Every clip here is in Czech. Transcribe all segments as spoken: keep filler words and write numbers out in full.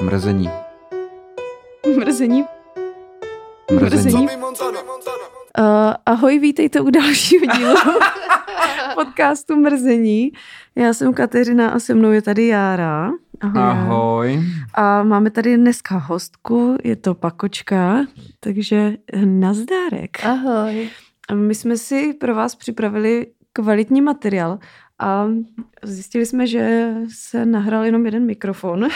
Mrzení. Mrzení. Mrzení. Uh, ahoj, vítejte u dalšího dílu podcastu Mrzení. Já jsem Kateřina a se mnou je tady Jára. Ahoj. Ahoj. A máme tady dneska hostku, je to Pakočka, takže nazdárek. Ahoj. A my jsme si pro vás připravili kvalitní materiál a zjistili jsme, že se nahrál jenom jeden mikrofon.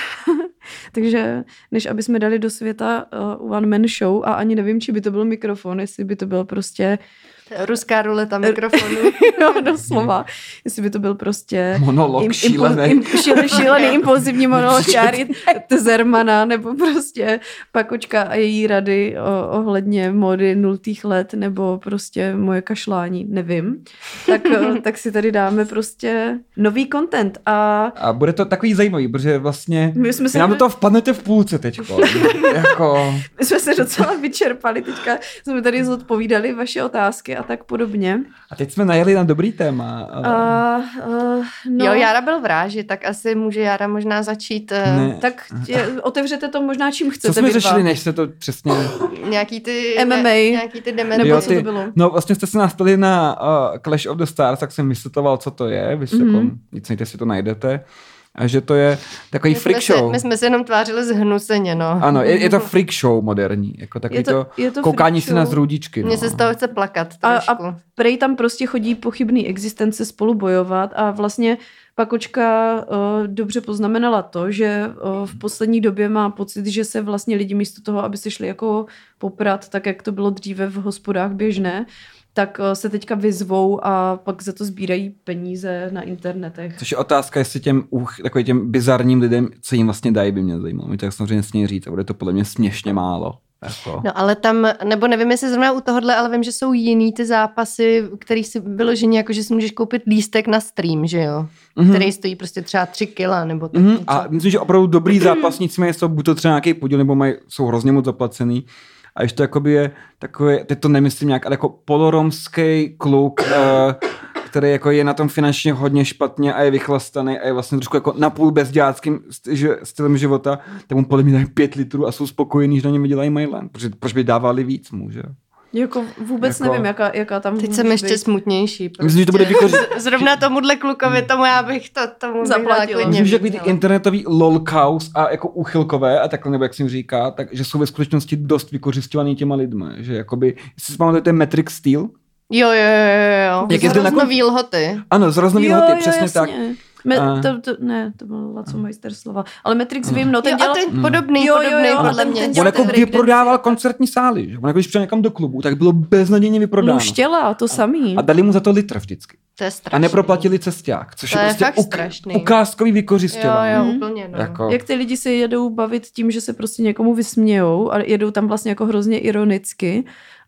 Takže než aby jsme dali do světa uh, one man show a ani nevím, či by to byl mikrofon, jestli by to byl prostě... Ruská ruleta mikrofonu. Jo, doslova. Jestli by to byl prostě... Monolog im, šílený. Im, šílený, šílený impulzivní monolog Járy Zermana, nebo prostě Pakočka a její rady o, ohledně módy nultých let, nebo prostě moje kašlání, nevím. Tak, tak si tady dáme prostě nový content. A, a bude to takový zajímavý, protože vlastně my jsme se nám do toho vpadnete v půlce teďko. jako... My jsme se docela vyčerpali, teďka jsme tady zodpovídali vaše otázky a tak podobně. A teď jsme najeli na dobrý téma. Ale... Uh, uh, no. Jo, Jára byl v ráži, tak asi může Jára možná začít. Uh... Tak tě, otevřete to možná čím chcete. Co jsme řešili, než se to přesně... nějaký ty... M M A. Ne, nějaký ty dementy. Nebo co to bylo? No vlastně jste se nás ptali na uh, Clash of the Stars, tak jsem vysvětloval, co to je. Vy si mm-hmm. jako, nicméně si to najdete. A že to je takový my freak se, show. My jsme se jenom tvářili zhnuseně, no. Ano, je, je to freak show moderní. Jako takový je to, to, je to koukání si na zrůdičky. Mně no. se z toho chce plakat a, trošku. a prej tam prostě chodí pochybný existence spolu bojovat a vlastně Pakočka uh, dobře poznamenala to, že uh, v poslední době má pocit, že se vlastně lidi místo toho, aby se šli jako poprat, tak jak to bylo dříve v hospodách běžné, tak se teďka vyzvou a pak za to sbírají peníze na internetech. Což je otázka, jestli těm, uh, takovým těm bizarním lidem, co jim vlastně dají, by mě zajímalo. Mi tak samozřejmě smějí říct a bude to podle mě směšně málo. Jako. No ale tam, nebo nevím, jestli zrovna u tohohle, ale vím, že jsou jiný ty zápasy, který si vyloženě, jako že si můžeš koupit lístek na stream, že jo? Mm-hmm. Který stojí prostě třeba tři kila, nebo tak mm-hmm. A myslím, že opravdu dobrý zápasníci mají buď to třeba nějaký podíl, nebo mají, jsou hrozně moc zaplacený. A ještě to jakoby je takový, teď to nemyslím nějak, ale jako poloromský kluk, uh, který jako je na tom finančně hodně špatně a je vychlastaný a je vlastně trošku jako napůl bezděláckým stylem života, tak mu podle mě dají pět litrů a jsou spokojení, že na něm vydělají mailem. Protože proč by dávali víc mu, že? Jako vůbec jako... nevím, jaká, jaká tam... Teď jsem ještě být. Smutnější. Prostě. Myslím, že to bude vykořit... Zrovna tomuhle klukovi, tomu já bych to tomu zaplatila. Myslím, že takový ty internetový lolkaus a jako úchylkové a takhle, nebo jak se jim říká, tak, že jsou ve skutečnosti dost vykořisťovaný těma lidmi. Že jakoby, jestli si pamatujete Matrix Steel? Jo, jo, jo, jo. Jak z hroznový kon... lhoty. Ano, z hroznový lhoty, přesně jasně. Tak. Me, to, to, ne, to byl Laco Majster slova. Ale Matrix vím, no ten jo, dělal... a ten podobný, jo, podobný, jo, jo, podle ten, mě. ten on jako vyprodával koncertní sály, že? On jako když přijel někam do klubu, tak bylo beznadějně vyprodáno. Luštěla, to samý. A dali mu za to litr vždycky. To je strašný. A neproplatili cesták, což to je, je prostě fakt uk- strašný. ukázkový vykořisťování. Jo, jo, úplně, no. Jako... Jak ty lidi se jedou bavit tím, že se prostě někomu vysmějou a jedou tam vlastně jako hrozně ironicky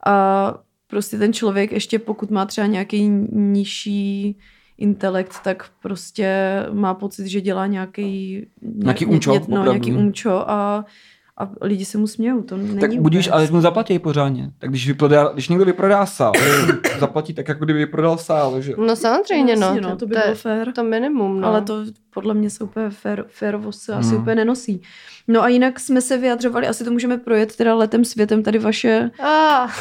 a prostě ten člověk ještě pokud má třeba nějaký nižší intelekt, tak prostě má pocit, že dělá nějaký nějaký umčo, ně, no, nějaký umčo a, a lidi se mu smějou. To není tak budíš, ale mu zaplatí pořádně. Tak když, vyprodá, když někdo vyprodá sál, zaplatí tak, jako kdyby vyprodal sál. Že? No samozřejmě, no. no. To by bylo fér. To minimum, no. Ale to podle mě se úplně fér, férovost se asi hmm. úplně nenosí. No a jinak jsme se vyjadřovali, asi to můžeme projet teda letem světem, tady vaše ah.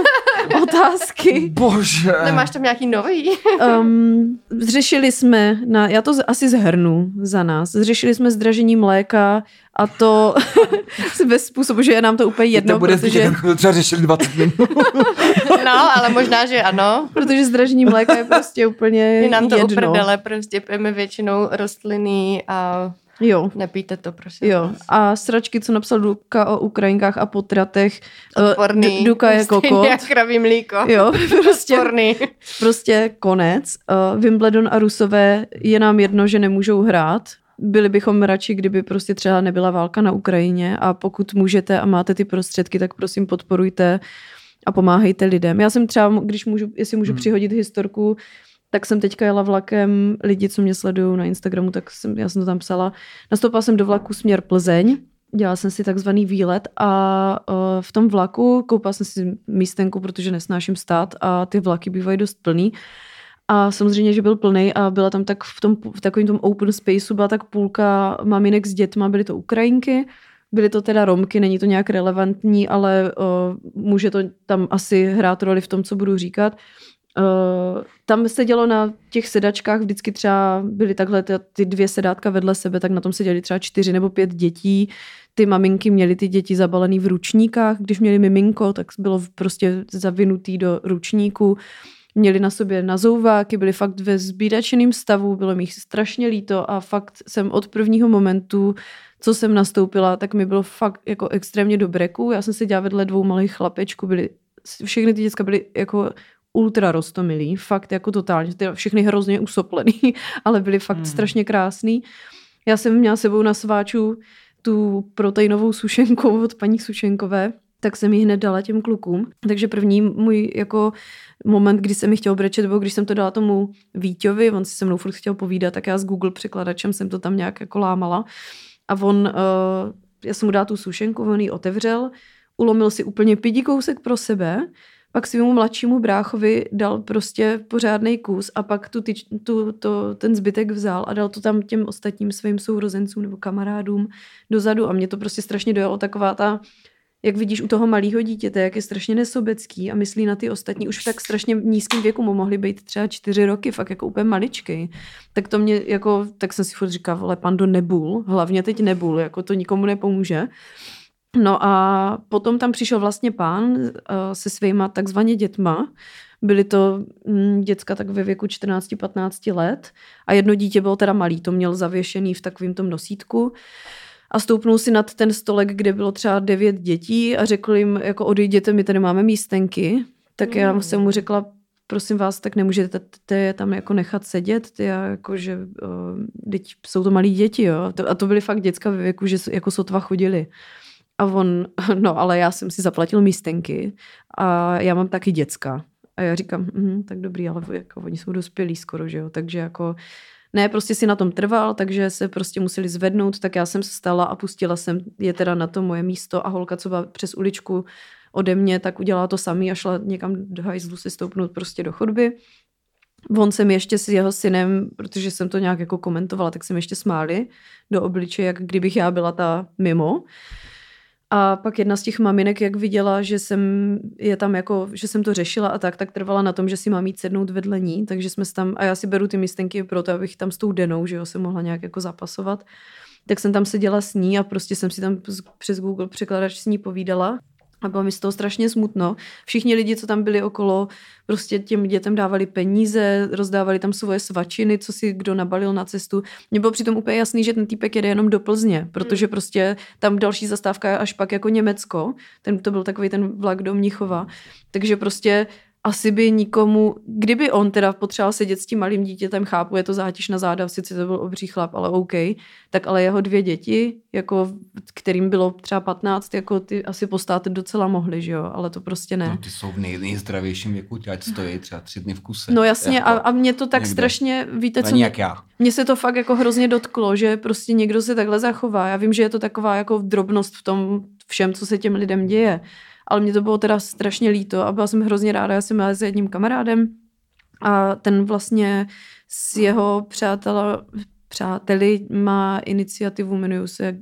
otázky. Bože. Nemáš tam nějaký nový? um, zřešili jsme, na, já to z, asi zhrnu za nás, zřešili jsme zdražení mléka a to bez způsobu, že je nám to úplně jedno, to bude protože... To třeba řešili dvacet minut. No, ale možná, že ano. Protože zdražení mléka je prostě úplně je nám to jedno. uprdele, prostě pijeme většinou rostlinný a jo. nepijte to, prosím. Jo. A sračky, co napsal Duka o Ukrajinkách a potratech. Odporný. D- Duka je kokot. Jak kravý mlíko. Jo, prostě, Odporný. prostě konec. Uh, Wimbledon a Rusové je nám jedno, že nemůžou hrát. Byli bychom radši, kdyby prostě třeba nebyla válka na Ukrajině a pokud můžete a máte ty prostředky, tak prosím podporujte a pomáhejte lidem. Já jsem třeba, když můžu, jestli můžu hmm. přihodit historku, tak jsem teďka jela vlakem, lidi, co mě sledují na Instagramu, tak jsem, já jsem to tam psala. Nastoupila jsem do vlaku směr Plzeň, dělala jsem si takzvaný výlet a uh, v tom vlaku koupila jsem si místenku, protože nesnáším stát a ty vlaky bývají dost plný. A samozřejmě, že byl plnej a byla tam tak v, tom, v takovém tom open spaceu, byla tak půlka maminek s dětma, byly to Ukrajinky byly to teda Romky, není to nějak relevantní, ale uh, může to tam asi hrát roli v tom, co budu říkat. Uh, tam sedělo na těch sedačkách, vždycky třeba byly takhle ty, ty dvě sedátka vedle sebe, tak na tom seděli třeba čtyři nebo pět dětí. Ty maminky měly ty děti zabalený v ručníkách, když měli miminko, tak bylo prostě zavinutý do ručníku. Měli na sobě nazouváky, byli fakt ve zbídačeném stavu, bylo mi jich strašně líto a fakt jsem od prvního momentu, co jsem nastoupila, tak mi bylo fakt jako extrémně do breku. Já jsem se dělala vedle dvou malých chlapečků, byli, všechny ty děcka byly jako ultra roztomilý, fakt jako totálně, všechny hrozně usoplený, ale byly fakt hmm. strašně krásný. Já jsem měla sebou na sváču tu proteinovou sušenku od paní Sušenkové, tak jsem ji hned dala těm klukům. Takže první můj jako moment, kdy jsem mi chtěl brečet, byl, když jsem to dala tomu Víťovi, on si se mnou furt chtěl povídat, tak já s Google překladačem jsem to tam nějak jako lámala. A on, uh, já jsem mu dala tu sušenku, on ji otevřel, ulomil si úplně pidi kousek pro sebe, pak svému mladšímu bráchovi dal prostě pořádnej kus a pak tu, tyč, tu, to, ten zbytek vzal a dal to tam těm ostatním svým sourozencům nebo kamarádům dozadu a mě to prostě strašně dojalo taková ta, jak vidíš u toho malého dítěte, jak je strašně nesobecký a myslí na ty ostatní. Už v tak strašně nízkém věku mu mohli být třeba čtyři roky, fakt jako úplně maličkej. Tak to mě jako, tak jsem si furt říkala, vole, pando nebul, hlavně teď nebul, jako to nikomu nepomůže. No a potom tam přišel vlastně pán uh, se svýma takzvaně dětma. Byly to mm, děcka tak ve věku čtrnáct patnáct let a jedno dítě bylo teda malý, to měl zavěšený v takovým tom nosítku. A stoupnul si nad ten stolek, kde bylo třeba devět dětí a řekl jim, jako odejděte, my tady máme místenky. Tak mm. já jsem mu řekla, prosím vás, tak nemůžete je tam jako nechat sedět, ty jako, že uh, teď jsou to malí děti, jo. A to byly fakt děcka ve věku, že jako sotva chodili. A on, no ale já jsem si zaplatil místenky a já mám taky děcka. A já říkám, hm, tak dobrý, ale jako, oni jsou dospělí skoro, že jo, takže jako ne, prostě si na tom trval, takže se prostě museli zvednout, tak já jsem se stala a pustila jsem je teda na to moje místo a holka, co byla přes uličku ode mě, tak udělala to samý a šla někam do hajzlu si stoupnout prostě do chodby. On jsem ještě s jeho synem, protože jsem to nějak jako komentovala, tak jsem ještě smáli do obličeje, jak kdybych já byla ta mimo. A pak jedna z těch maminek, jak viděla, že jsem je tam jako, že jsem to řešila a tak, tak trvala na tom, že si mám jít sednout vedle ní, takže jsme tam, a já si beru ty místenky proto, abych tam s tou denou, že jo, se mohla nějak jako zapasovat. Tak jsem tam seděla s ní a prostě jsem si tam přes Google překladač s ní povídala. A bylo mi z toho strašně smutno. Všichni lidi, co tam byli okolo, prostě těm dětem dávali peníze, rozdávali tam svoje svačiny, co si kdo nabalil na cestu. Mně bylo přitom úplně jasný, že ten týpek jede jenom do Plzně, protože prostě tam další zastávka je až pak jako Německo. Ten, to byl takový ten vlak do Mnichova. Takže prostě asi by nikomu, kdyby on teda potřeboval sedět s tím malým dítětem, chápu, je to zátěž na záda, sice to byl obří chlap, ale OK, tak ale jeho dvě děti, jako, kterým bylo třeba patnáct, jako ty asi postát docela mohli, že jo, ale to prostě ne. No, ty jsou v nej, nejzdravějším věku, ať stojí třeba tři dny v kuse. No jasně jako a, a mě to tak někdo. Strašně, víte co, mě, já. Mně se to fakt jako hrozně dotklo, že prostě někdo se takhle zachová. Já vím, že je to taková jako drobnost v tom všem, co se těm lidem děje. Ale mě to bylo teda strašně líto a byla jsem hrozně ráda. Já jsem měla s jedním kamarádem a ten vlastně s jeho přátela, přáteli má iniciativu, jmenují se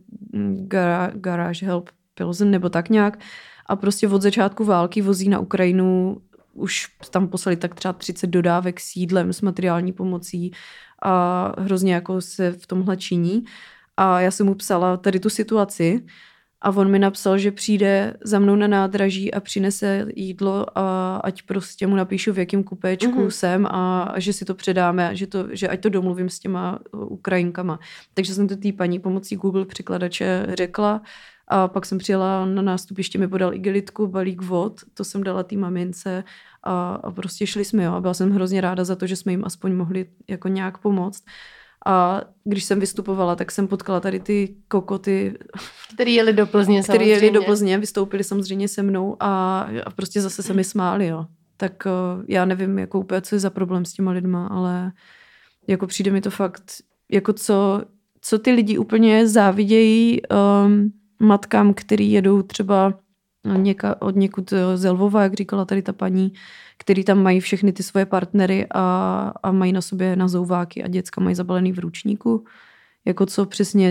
Garage Help Pilsen nebo tak nějak a prostě od začátku války vozí na Ukrajinu, už tam poslali tak třeba třicet dodávek s jídlem, s materiální pomocí a hrozně jako se v tomhle činí. A já jsem mu psala tady tu situaci a on mi napsal, že přijde za mnou na nádraží a přinese jídlo a ať prostě mu napíšu, v jakém kupéčku mm-hmm. jsem a, a že si to předáme a že, to, že ať to domluvím s těma Ukrajinkama. Takže jsem to té paní pomocí Google překladače řekla a pak jsem přijela na nástupiště, mi podal igelitku, balík vod, to jsem dala té mamince a, a prostě šli jsme, jo. A byla jsem hrozně ráda za to, že jsme jim aspoň mohli jako nějak pomoct. A když jsem vystupovala, tak jsem potkala tady ty kokoty, který jeli do Plzně který jeli do Plzně, vystoupili samozřejmě se mnou a, a prostě zase se mi smáli, jo. Tak uh, já nevím, jako úplně, co je za problém s těma lidma, ale jako přijde mi to fakt, jako co, co ty lidi úplně závidějí um, matkám, který jedou třeba něka, od někud z Lvova, jak říkala tady ta paní, který tam mají všechny ty svoje partnery a, a mají na sobě nazouváky a děcka mají zabalený v ručníku. Jako co přesně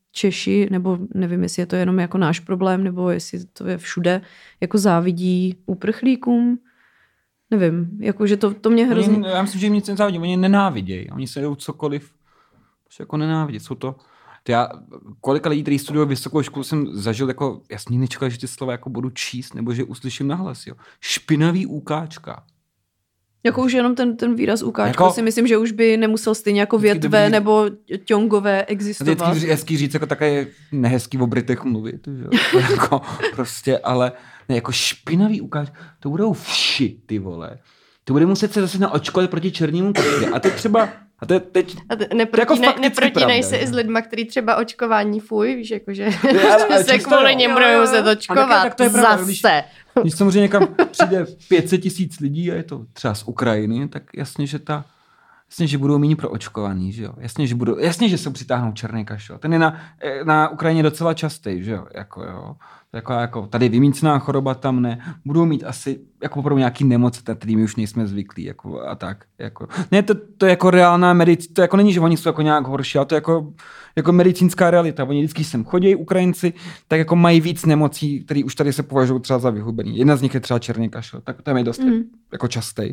Češi, nebo nevím, jestli je to jenom jako náš problém, nebo jestli to je všude, jako závidí uprchlíkům. Nevím, jakože to, to mě hrozně... Oni, já myslím, že jim nic nezávidí, oni nenávidějí. Oni se jdou cokoliv jako nenávidět. Jsou to... to já, kolika lidí, kteří studují vysokou školu, jsem zažil jako, jasně nečekal, že ty slova jako budu číst, nebo že uslyším nahlas. Jo. Špinavý úkáčka. Jako už jenom ten, ten výraz ukáčka, jako, si myslím, že už by nemusel stejně jako větve dobrý, nebo ťongové existovat. Vždycky hezký říct, jako také nehezký o Britech mluvit. Že? Jako, prostě, ale ne, jako špinavý ukáčka, to budou vši, ty vole. To bude muset se zase naočkovat proti černému košli. A teď třeba, a to je teď, a te, neprotínej, jako neprotínej se i s lidma, který třeba očkování fuj, víš, jakože se kvůli něm budou muset očkovat. Tak, tak to je pravda, zase. Když, když samozřejmě někam přijde pět set tisíc lidí a je to třeba z Ukrajiny, tak jasně, že ta jasně, že budou méně pro očkovaný, že jo. Jasně, že budou, jasně, že se přitáhnou černý kašel. Ten je na, na Ukrajině docela častý, že jo. Jako, jo. Jako, jako, tady vymícná choroba, tam ne. Budou mít asi jako opravdu nějaký nemoc, na kterými už nejsme zvyklí. Jako, a tak. Jako. Ne, to, to je jako reálná medicína. To jako není, že oni jsou jako nějak horší, ale to je jako, jako medicínská realita. Oni vždycky sem chodí, Ukrajinci, tak jako mají víc nemocí, které už tady se považují třeba za vyhubený. Jedna z nich je třeba černý kašel. Tak to je dost mm. jako častý.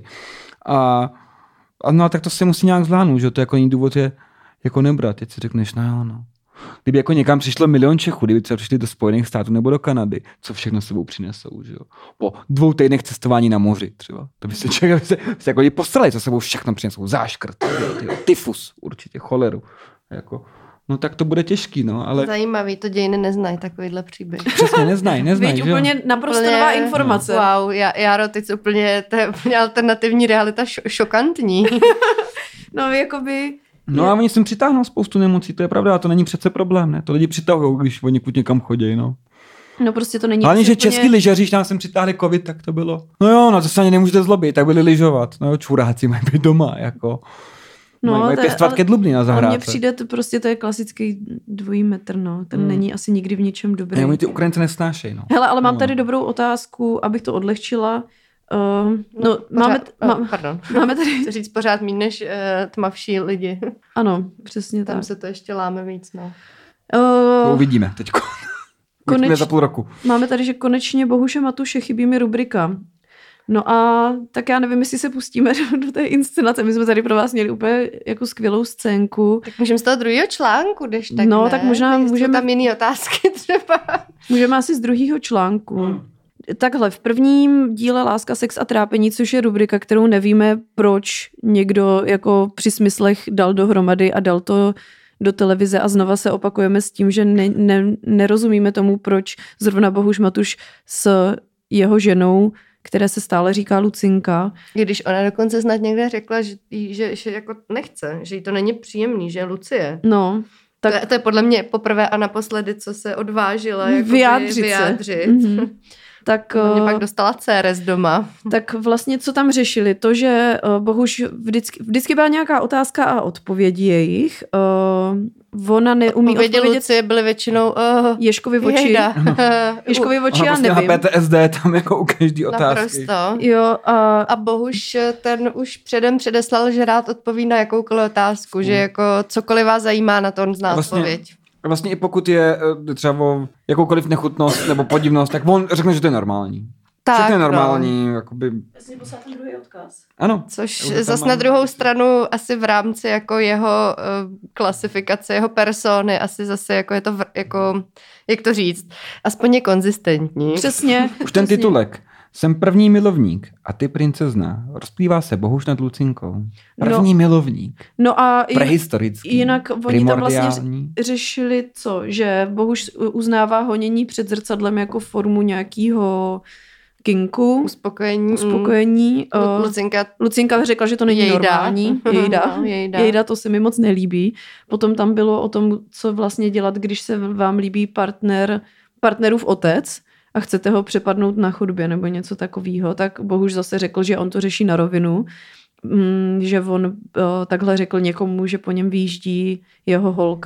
A A no a tak to se musí nějak zvládnout, že to jako jiný důvod je jako nebrat, teď si řekneš, no jo, no. Kdyby jako někam přišlo milion Čechů, kdyby třeba přišli do Spojených států nebo do Kanady, co všechno sebou přinesou, že jo. Po dvou týdnech cestování na moři třeba. To by se čekali, by se, se jako lidi postrali, co sebou všechno přinesou. Záškrt, tyfus, určitě, choleru. Jako, no tak to bude těžký, no, ale... Zajímavý, to dějiny neznají takovýhle příběh. Přesně, neznají, neznají. Víš, úplně naprosto úplně, nová informace. Wow, já, Járo, teď úplně, to je úplně alternativní realita š- šokantní. No, jakoby... No a oni sem přitáhnou spoustu nemocí, to je pravda, a to není přece problém, ne? To lidi přitahují, když oni někud někam chodí, no. No prostě to není... Hlavně, že úplně... český lyžaři, když nám sem přitáhli covid, tak to bylo. No jo, no to se ani nemůžete zlobit, tak byli lyžovat. No jo, čuráci mají být doma, jako... No, mají, mají pěstovat kedlubny na zahrádce. Mně přijde, to prostě to je klasický dvojí metr, no. Ten hmm. není asi nikdy v ničem dobrý. Ne, oni ty Ukrajince nesnášejí, no. Hele, ale mám no. tady dobrou otázku, abych to odlehčila. Uh, no, no, máme, pořád, má, oh, pardon. máme tady... Chci říct pořád méně než uh, tmavší lidi. Ano, přesně Tam tak. se to ještě láme víc, no. Uh, to uvidíme teďko. Konečně za půl roku. Máme tady, že konečně Bohuše Matuše chybí mi rubrika. No a tak já nevím, jestli se pustíme do, do té inscenace. My jsme tady pro vás měli úplně jako skvělou scénku. Tak můžeme z toho druhého článku, když tak No, ne? tak možná Nejsou můžeme... tam jiný otázky třeba. Můžeme asi z druhého článku. Hmm. Takhle, v prvním díle Láska, sex a trápení, což je rubrika, kterou nevíme, proč někdo jako při smyslech dal dohromady a dal to do televize a znova se opakujeme s tím, že ne, ne, nerozumíme tomu, proč zrovna Bohuš Matuš s jeho ženou, které se stále říká Lucinka. Když ona dokonce snad někde řekla, že, že, že jako nechce, že jí to není příjemný, že je Lucie. No. Tak... To, to je podle mě poprvé a naposledy, co se odvážila vyjádřit. vyjádřit. Mm-hmm. Tak mě pak dostala Ceres doma. Tak vlastně, co tam řešili? To, že uh, Bohuš vždycky, vždycky byla nějaká otázka a odpovědi jejich. Uh, ona neumí odpovědi odpovědět. Lucie byly většinou uh, Ježkovi v oči. Ježkovi v oči, já nevím. P T S D tam jako u každý otázky. Naprosto. Jo, a... a Bohuš ten už předem předeslal, že rád odpoví na jakoukoliv otázku, mm. že jako cokoliv vás zajímá, na to on zná vlastně... odpověď. Vlastně i pokud je třeba o jakoukoliv nechutnost nebo podivnost, tak on řekne, že to je normální. Tak, Všechno je normální, no. Jakoby... Jasně poslal ten druhý odkaz. Ano. Což zase na druhou stranu asi v rámci jako jeho uh, klasifikace, jeho persony, asi zase jako je to, v, jako, jak to říct, aspoň je konzistentní. Přesně. Už ten přesně. titulek. Jsem první milovník a ty princezna. Rozplývá se Bohuš nad Lucinkou. První no, milovník. No a prehistorický. Jinak oni tam vlastně řešili co? Že Bohuš uznává honění před zrcadlem jako formu nějakého kinku. Uspokojení. Uspokojení. Mm. Lucinka, Lucinka řekla, že to není jejda. normální. Jejda. No, jejda. Jejda, to se mi moc nelíbí. Potom tam bylo o tom, co vlastně dělat, když se vám líbí partner, partnerův otec a chcete ho přepadnout na chodbě nebo něco takového, tak Bohuš zase řekl, že on to řeší na rovinu, že on takhle řekl někomu, že po něm výjíždí jeho holka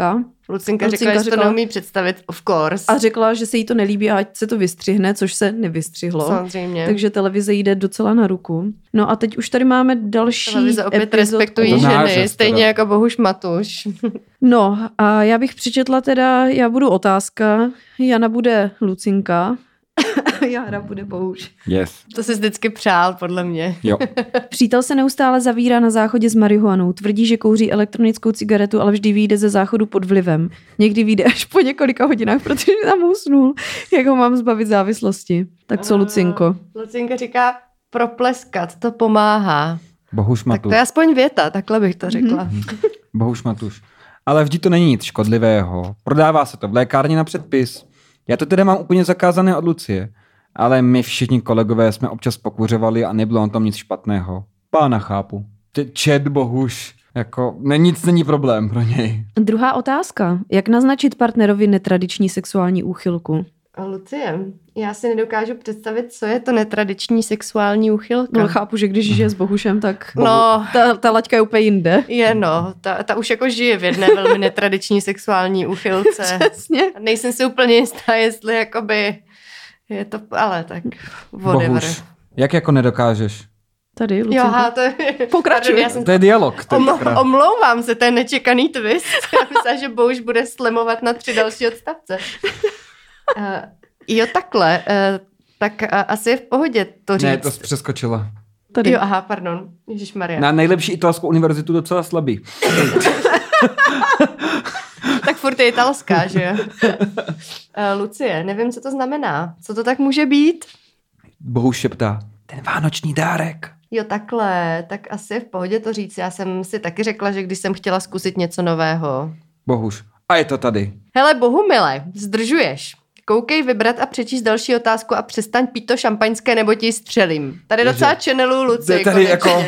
Lucinka, Lucinka řekla, že to řekla- neumí představit, of course. A řekla, že se jí to nelíbí a ať se to vystřihne, což se nevystřihlo. Samozřejmě. Takže televize jde docela na ruku. No a teď už tady máme další Televize opět epizodku. respektují To náš ženy, jest stejně teda. jako Bohuš Matuš. No a já bych přečetla teda, já budu otázka, Jana bude Lucinka, Jára bude Bohuš. Yes. To jsi vždycky přál, podle mě. Jo. Přítel se neustále zavírá na záchodě s marihuanou. Tvrdí, že kouří elektronickou cigaretu, ale vždy vyjde ze záchodu pod vlivem. Někdy vyjde až po několika hodinách, protože tam usnul. Jak ho mám zbavit závislosti? Tak co, Lucinko? Lucinka říká, propleskat, to pomáhá. Bohuš Tak Matuš. to je aspoň věta, takhle bych to řekla. Bohuš Matuš. Ale vždy to není nic škodlivého. Prodává se to v lékárně na předpis. Já to teda mám úplně zakázané od Lucie. Ale my všichni kolegové jsme občas pokuřovali a nebylo na tom nic špatného. Pána chápu. Ty čet Bohuš. Jako, ne, nic není problém pro něj. Druhá otázka. Jak naznačit partnerovi netradiční sexuální úchylku? A Lucie, já si nedokážu představit, co je to netradiční sexuální úchylka. No chápu, že když žije s Bohušem, tak No. ta, ta laťka je úplně jinde. Je no, ta, ta už jako žije v jedné velmi netradiční sexuální úchylce. Přesně. Nejsem si úplně jistá, jestli jakoby je to, ale tak whatever. Bohuš. Jak jako nedokážeš? Tady, Jo, Lucinko. aha, to je... Pokračuj. Pardon, já jsem To je dialog. To je Omlou, krá- omlouvám se, to je nečekaný twist. Já myslela, že Bouš bude slemovat na tři další odstavce. Uh, jo, takhle. Uh, tak uh, asi je v pohodě to říct. Ne, to jsi přeskočila. Tady. Jo, aha, pardon. Ježišmarja. Na nejlepší italskou univerzitu docela slabý. Tak furt je italská, že jo? Uh, Lucie, nevím, co to znamená. Co to tak může být? Bohuš šeptá. Ten vánoční dárek. Jo, takhle. Tak asi je v pohodě to říct. Já jsem si taky řekla, že když jsem chtěla zkusit něco nového. Bohuš. A je to tady. Hele, Bohumile, zdržuješ. Koukej vybrat a přečíst další otázku a přestaň pít to šampaňské, nebo ti střelím. Tady Ježe. docela channelu Luci. Jde tady jako-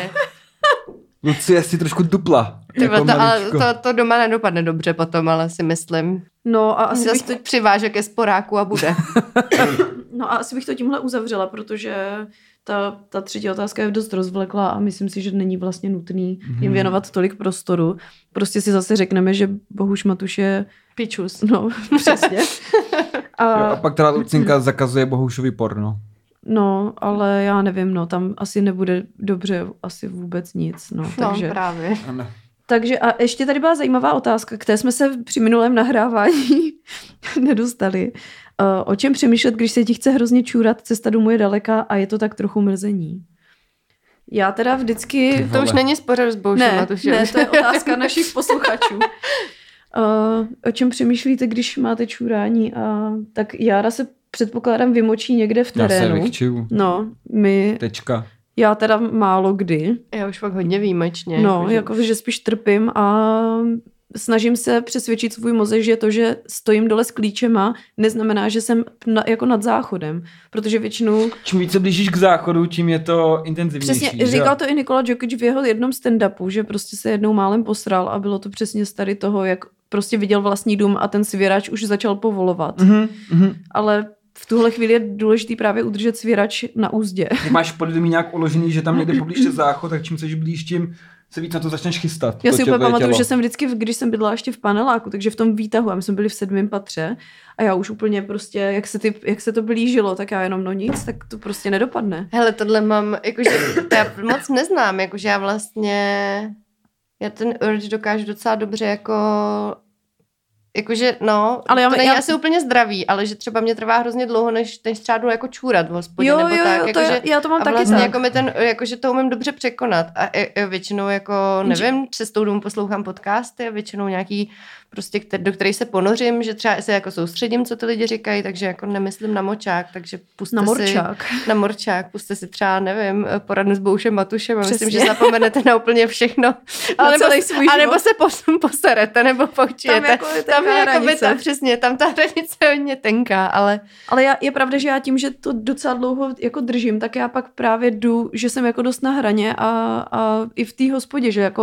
Lucie si trošku dupla. Ty Jako jako to, ale maličko. to, to doma nedopadne dobře potom, ale si myslím. No a Asi asi bych zase to, to přiváže ke sporáku a bude. no a asi bych to tímhle uzavřela, protože ta, ta třetí otázka je dost rozvleklá a myslím si, že není vlastně nutný jim věnovat tolik prostoru. Prostě si zase řekneme, že Bohuš Matuš je... Pičus. No, přesně. A, Jo, a pak teda Lucinka zakazuje Bohušovi porno. no, ale já nevím, no, tam asi nebude dobře asi vůbec nic, no, No, takže... právě. Ano. Takže a ještě tady byla zajímavá otázka, k té jsme se při minulém nahrávání nedostali. Uh, o čem přemýšlet, když se ti chce hrozně čůrat, cesta domů je daleká a je to tak trochu mrzení? Já teda vždycky... To už není z pořadu s Boušem Ne, Matušem. ne, to je otázka našich posluchačů. Uh, o čem přemýšlíte, když máte čůrání? A tak Jára se předpokládám vymočí někde v Já se terénu. vychčuju. No, my... Tečka. Já teda málo kdy. Já už fakt hodně výjimečně. No, jakože- jako, že spíš trpím a snažím se přesvědčit svůj mozek, že to, že stojím dole s klíčema, neznamená, že jsem na, jako nad záchodem, protože většinou... Čím více blížíš k záchodu, tím je to intenzivnější. Přesně, že říkal jo? to i Nikola Djokic v jeho jednom stand-upu, že prostě se jednou málem posral a bylo to přesně z tady toho, jak prostě viděl vlastní dům a ten svěrač už začal povolovat. Mhm, mhm. Ale v tuhle chvíli je důležitý právě udržet svěrač na úzdě. Když máš podvědomí nějak uložený, že tam někde poblíž je záchod, tak čím seš blíž, tím se víc na to začneš chystat. Já to si tělo úplně pamatuju, tělo. že jsem vždycky, když jsem bydlela ještě v paneláku, takže v tom výtahu, a my jsme byli v sedmém patře a já už úplně prostě, jak se, ty, jak se to blížilo, tak já jenom no nic, tak to prostě nedopadne. Hele, tohle mám, jakože, to já moc neznám, jakože já vlastně, já ten urge dokážu docela dobře jako, jakože, no, Ale já- to není já- asi úplně zdravý, ale že třeba mě trvá hrozně dlouho, než, než třeba jdu jako čůrat v hospodě, Jo, nebo jo, tak, jo, to jakože, je, já to mám a taky vlastně tak. jako mi ten, jakože to umím dobře překonat a e, e, většinou jako, nevím, cestou domů poslouchám podcasty a většinou nějaký prostě, kter, do kterých se ponořím, že třeba se jako soustředím, co ty lidi říkají, takže jako nemyslím na močák, takže puste Na si morčák. na morčák, puste si třeba, nevím, poradnu s Boušem Matušem a myslím, Přesně. že zapomenete na úplně všechno. A nebo, celý svůj a nebo život. se pos, poserete, nebo poučijete. Tam jako je tam tenká je jako by hranice. ta, přesně, tam ta hranice je hodně tenká, ale Ale já, je pravda, že já tím, že to docela dlouho jako držím, tak já pak právě jdu, že jsem jako dost na hraně a, a i v té hospodě, že jako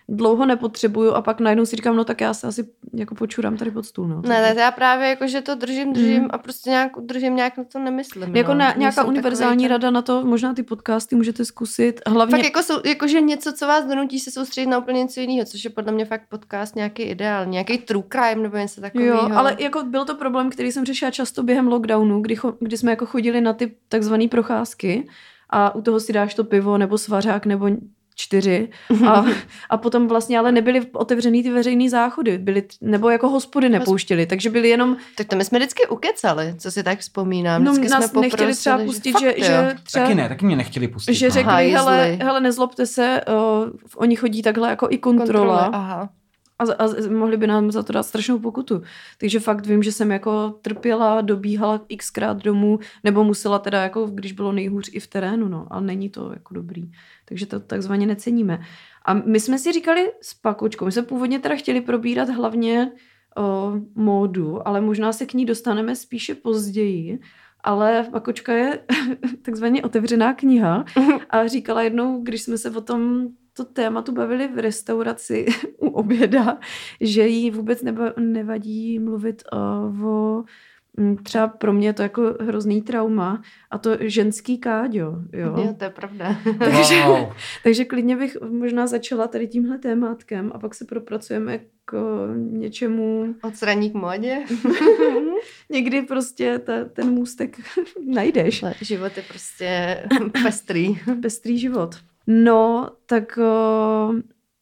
dlouho nepotřebuju a pak najednou si říkám, no tak já se asi jako počurám tady pod stůl. No. Ne, tak já právě jako, že to držím, držím mm. a prostě nějak držím, nějak na to nemyslím. Jako no. na, nějaká univerzální ten... rada na to, možná ty podcasty můžete zkusit. Hlavně... Fakt jako, sou, jako, že něco, co vás donutí se soustředit na úplně něco jiného, což je podle mě fakt podcast nějaký ideál, nějaký true crime nebo něco takového. Jo, ale jako byl to problém, který jsem řešila často během lockdownu, kdy, cho, kdy jsme jako chodili na ty takzvané procházky a u toho si dáš to pivo nebo svařák nebo čtyři a, a potom vlastně ale nebyly otevřený ty veřejný záchody, byly, nebo jako hospody nepouštěli, takže byly jenom... Tak to my jsme vždycky ukecali, co si tak vzpomínám. No vždycky nás jsme nechtěli třeba pustit, že, že, že třeba... Taky ne, taky mě nechtěli pustit. Že řekli, Aha, hele, hele, nezlobte se, uh, oni chodí takhle jako i kontrola. Kontrole, aha. A, a mohli by nám za to dát strašnou pokutu. Takže fakt vím, že jsem jako trpěla, dobíhala xkrát domů, nebo musela teda, jako když bylo nejhůř i v terénu, no. A není to jako dobrý. Takže to takzvaně neceníme. A my jsme si říkali s Pakočkou, my jsme původně teda chtěli probírat hlavně o, módu, ale možná se k ní dostaneme spíše později. Ale Pakočka je takzvaně otevřená kniha a říkala jednou, když jsme se o tom to tématu bavili v restauraci u oběda, že jí vůbec neba, nevadí mluvit uh, o třeba pro mě je to jako hrozný trauma a to ženský káďo. Jo, jo to je pravda. takže, wow. takže klidně bych možná začala tady tímhle témátkem a pak se propracujeme k něčemu... Od sraní k módě. Někdy prostě ta, ten můstek najdeš. Život je prostě pestrý. Pestrý život. No, tak o,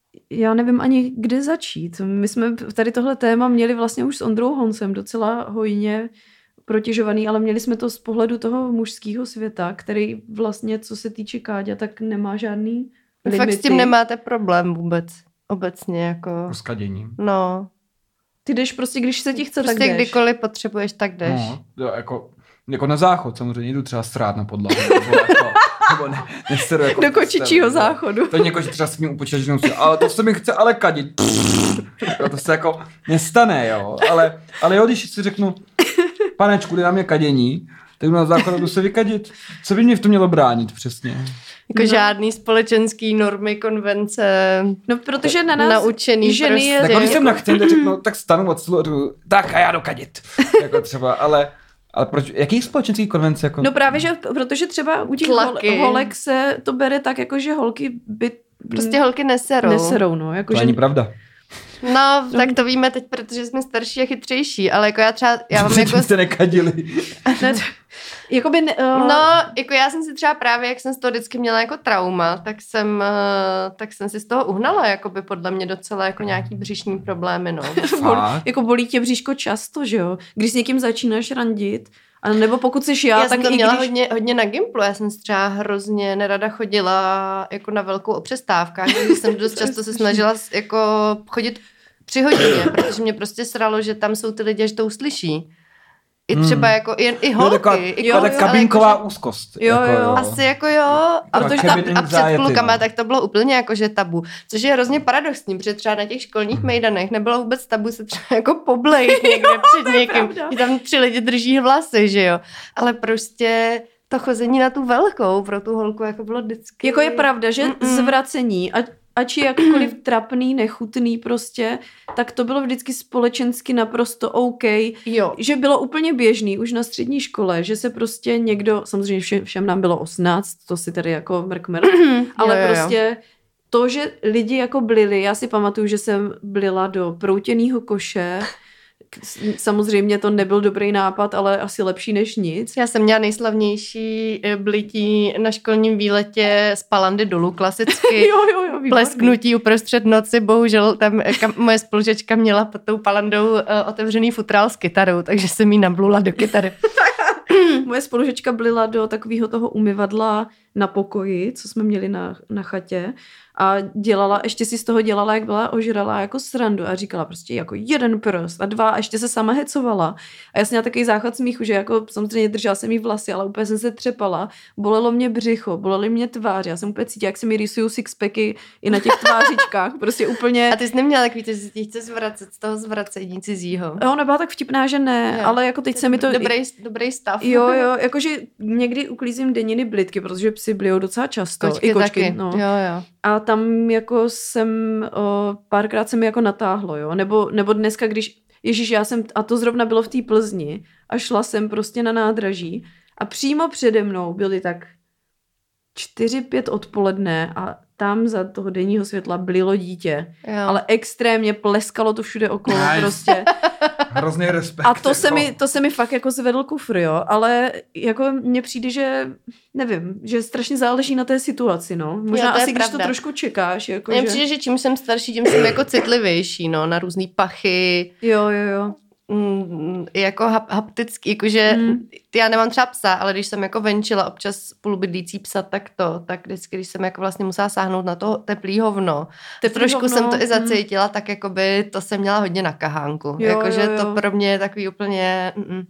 já nevím ani, kde začít. My jsme tady tohle téma měli vlastně už s Ondrou Honcem docela hojně protěžovaný, ale měli jsme to z pohledu toho mužského světa, který vlastně, co se týče káďa, tak nemá žádný limity. Fakt s tím nemáte problém vůbec. Obecně jako... Rozkadění. No. Ty jdeš prostě, když se ti chce, prostě tak jdeš. kdykoliv potřebuješ, tak jdeš. No, jo, jako, jako na záchod samozřejmě, jdu třeba srát na podlahu. Nebo, jako, nebo ne, neseru, jako do kočičího záchodu. To někoho, že třeba s ním upočítač, že ale to se mi chce ale kadit. Jo, to se jako nestane, jo. Ale, ale jo, když si řeknu, panečku, jde na mě kadění, tak jdu na záchod, jdu se vykadit. Co by mě v tom mělo bránit přesně? Jako no. Žádný společenský normy, konvence. No, protože na nás naučený ženy prostě. je... Tak když jako... jsem na chtěl, tak řeknu, tak stanu od stolu a řeknu, tak a já jdu kadit. Jako třeba, ale... Ale proč, jaký společenský konvence? Jako... No právě, že protože třeba u těch Tlaky. holek se to bere tak, jako že holky by... Prostě holky neserou. Neserou, no. Jako to že... není pravda. No, no, tak to víme teď, protože jsme starší a chytřejší, ale jako já třeba... Já mám jako... jste nekadili. Ne, jakoby ne, uh... No, jako já jsem si třeba právě, jak jsem z toho vždycky měla jako trauma, tak jsem, uh, tak jsem si z toho uhnala, jakoby podle mě docela jako nějaký břišní problémy, no. Jako bolí tě bříško často, že jo? Když s někým začínáš randit, a nebo pokud jsi já, já tak jsem to i měla když... hodně, hodně na Gimplu, já jsem třeba hrozně nerada chodila jako na velkou o přestávkách, když jsem dost často se snažila jako chodit tři hodině, protože mě prostě sralo, že tam jsou ty lidi, že to uslyší. I třeba hmm. jako, i, i holky. Taková, i jo, holky, kabinková jako, úzkost. Jo, jako, jo. jo. Asi jako jo. A, protože tam, a před klukama, no. Tak to bylo úplně jako, že tabu. Což je hrozně paradoxní, protože třeba na těch školních mejdanech nebylo vůbec tabu se třeba jako poblejit někde jo, před někým. I tam tři lidi drží vlasy, že jo. Ale prostě to chození na tu velkou pro tu holku jako bylo vždycky... Jako je pravda, že Mm-mm. zvracení, ať, ať je jakkoliv trapný, nechutný prostě, tak to bylo vždycky společensky naprosto OK. Jo. Že bylo úplně běžný už na střední škole, že se prostě někdo, samozřejmě všem, všem nám bylo osmnáct, to si tady jako mrkmer, ale jo, jo, jo. prostě to, že lidi jako blili, já si pamatuju, že jsem blila do proutěnýho koše, samozřejmě to nebyl dobrý nápad, ale asi lepší než nic. Já jsem měla nejslavnější blití na školním výletě z Palandy dolů, klasicky. jo, jo, jo, plesknutí uprostřed noci, bohužel tam kam, moje spolužečka měla pod tou Palandou uh, otevřený futrál s kytarou, takže jsem jí nablula do kytary. Moje spolužečka blila do takového toho umyvadla na pokoji, co jsme měli na, na chatě a dělala, ještě si z toho dělala, jak byla ožralá jako srandu a říkala prostě jako jeden prst a dva a ještě se sama hecovala. A já jsem měla takový záchvat smíchu, že jako samozřejmě držela jsem jí vlasy, ale úplně jsem se třepala. Bolelo mě břicho, bolely mě tvář, já jsem úplně cítila, jak se mi rýsují sixpacky i na těch tvářičkách, prostě úplně. A ty jsi neměla takový, že si chce zvracet z toho zvracení cizího. Ona byla tak vtipná, že ne, jo. Ale jako teď se mi to... Dobrý, dobrý stav. Jo, jo, jakože někdy uklízím deniny blitky, protože psy blijou docela často. Kočky I kočky, taky. no. Jo, jo. A tam jako jsem, o, párkrát se mi jako natáhlo, jo. Nebo, nebo dneska, když, ježíš, já jsem, a to zrovna bylo v té Plzni, a šla jsem prostě na nádraží a přímo přede mnou byly tak čtyři, pět odpoledne a tam za toho denního světla blilo dítě. Jo. Ale extrémně pleskalo to všude okolo Nice. prostě. Hrozný respekt. A to se, jako. mi, to se mi fakt jako zvedl kufr, jo. Ale jako mně přijde, že nevím, že strašně záleží na té situaci, no. Možná Jo, to je asi, když pravda. to trošku čekáš. Jako Mně že... přijde, že čím jsem starší, tím jsem jako citlivější, no, na různý pachy, Jo, jo, jo. mm, jako hap, haptický, jakože Mm. já nemám třeba psa, ale když jsem jako venčila občas spolubydlící psa, tak to, tak vždycky, když jsem jako vlastně musela sáhnout na to teplý hovno, Teplý trošku hovno, jsem to i mm. zacítila, tak jakoby to jsem měla hodně na kahánku. Jo, Jakože jo, jo. to pro mě je takový úplně... Mm,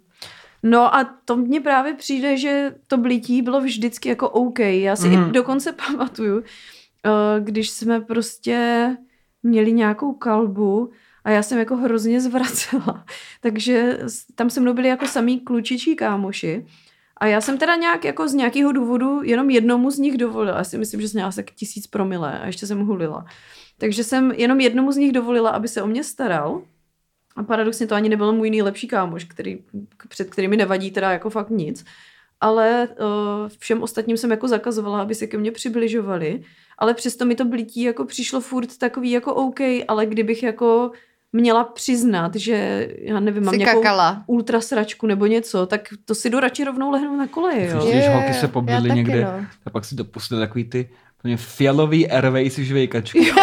No a to mně právě přijde, že to blití bylo vždycky jako OK. Já si Mhm. i dokonce pamatuju, eh, když jsme prostě měli nějakou kalbu a já jsem jako hrozně zvracela. Takže s- tam se mnou byli jako samý klučičí kámoši. A já jsem teda nějak jako z nějakého důvodu jenom jednomu z nich dovolila. Já si myslím, že jsem měla asi tak tisíc promile a ještě jsem hulila. Takže jsem jenom jednomu z nich dovolila, aby se o mě staral. A paradoxně to ani nebyl můj nejlepší kámoš, který, před kterými nevadí teda jako fakt nic. Ale uh, všem ostatním jsem jako zakazovala, aby se ke mně přibližovali. Ale přesto mi to blití jako přišlo furt takový jako OK, ale kdybych jako měla přiznat, že já nevím, mám si nějakou kakala. ultrasračku nebo něco, tak to si jdu radši rovnou lehnout na koleji, jo. Když Je, holky se já pobydly taky, někde, no. a pak si dopustili takový ty úplně fialový Airways žvejkačky.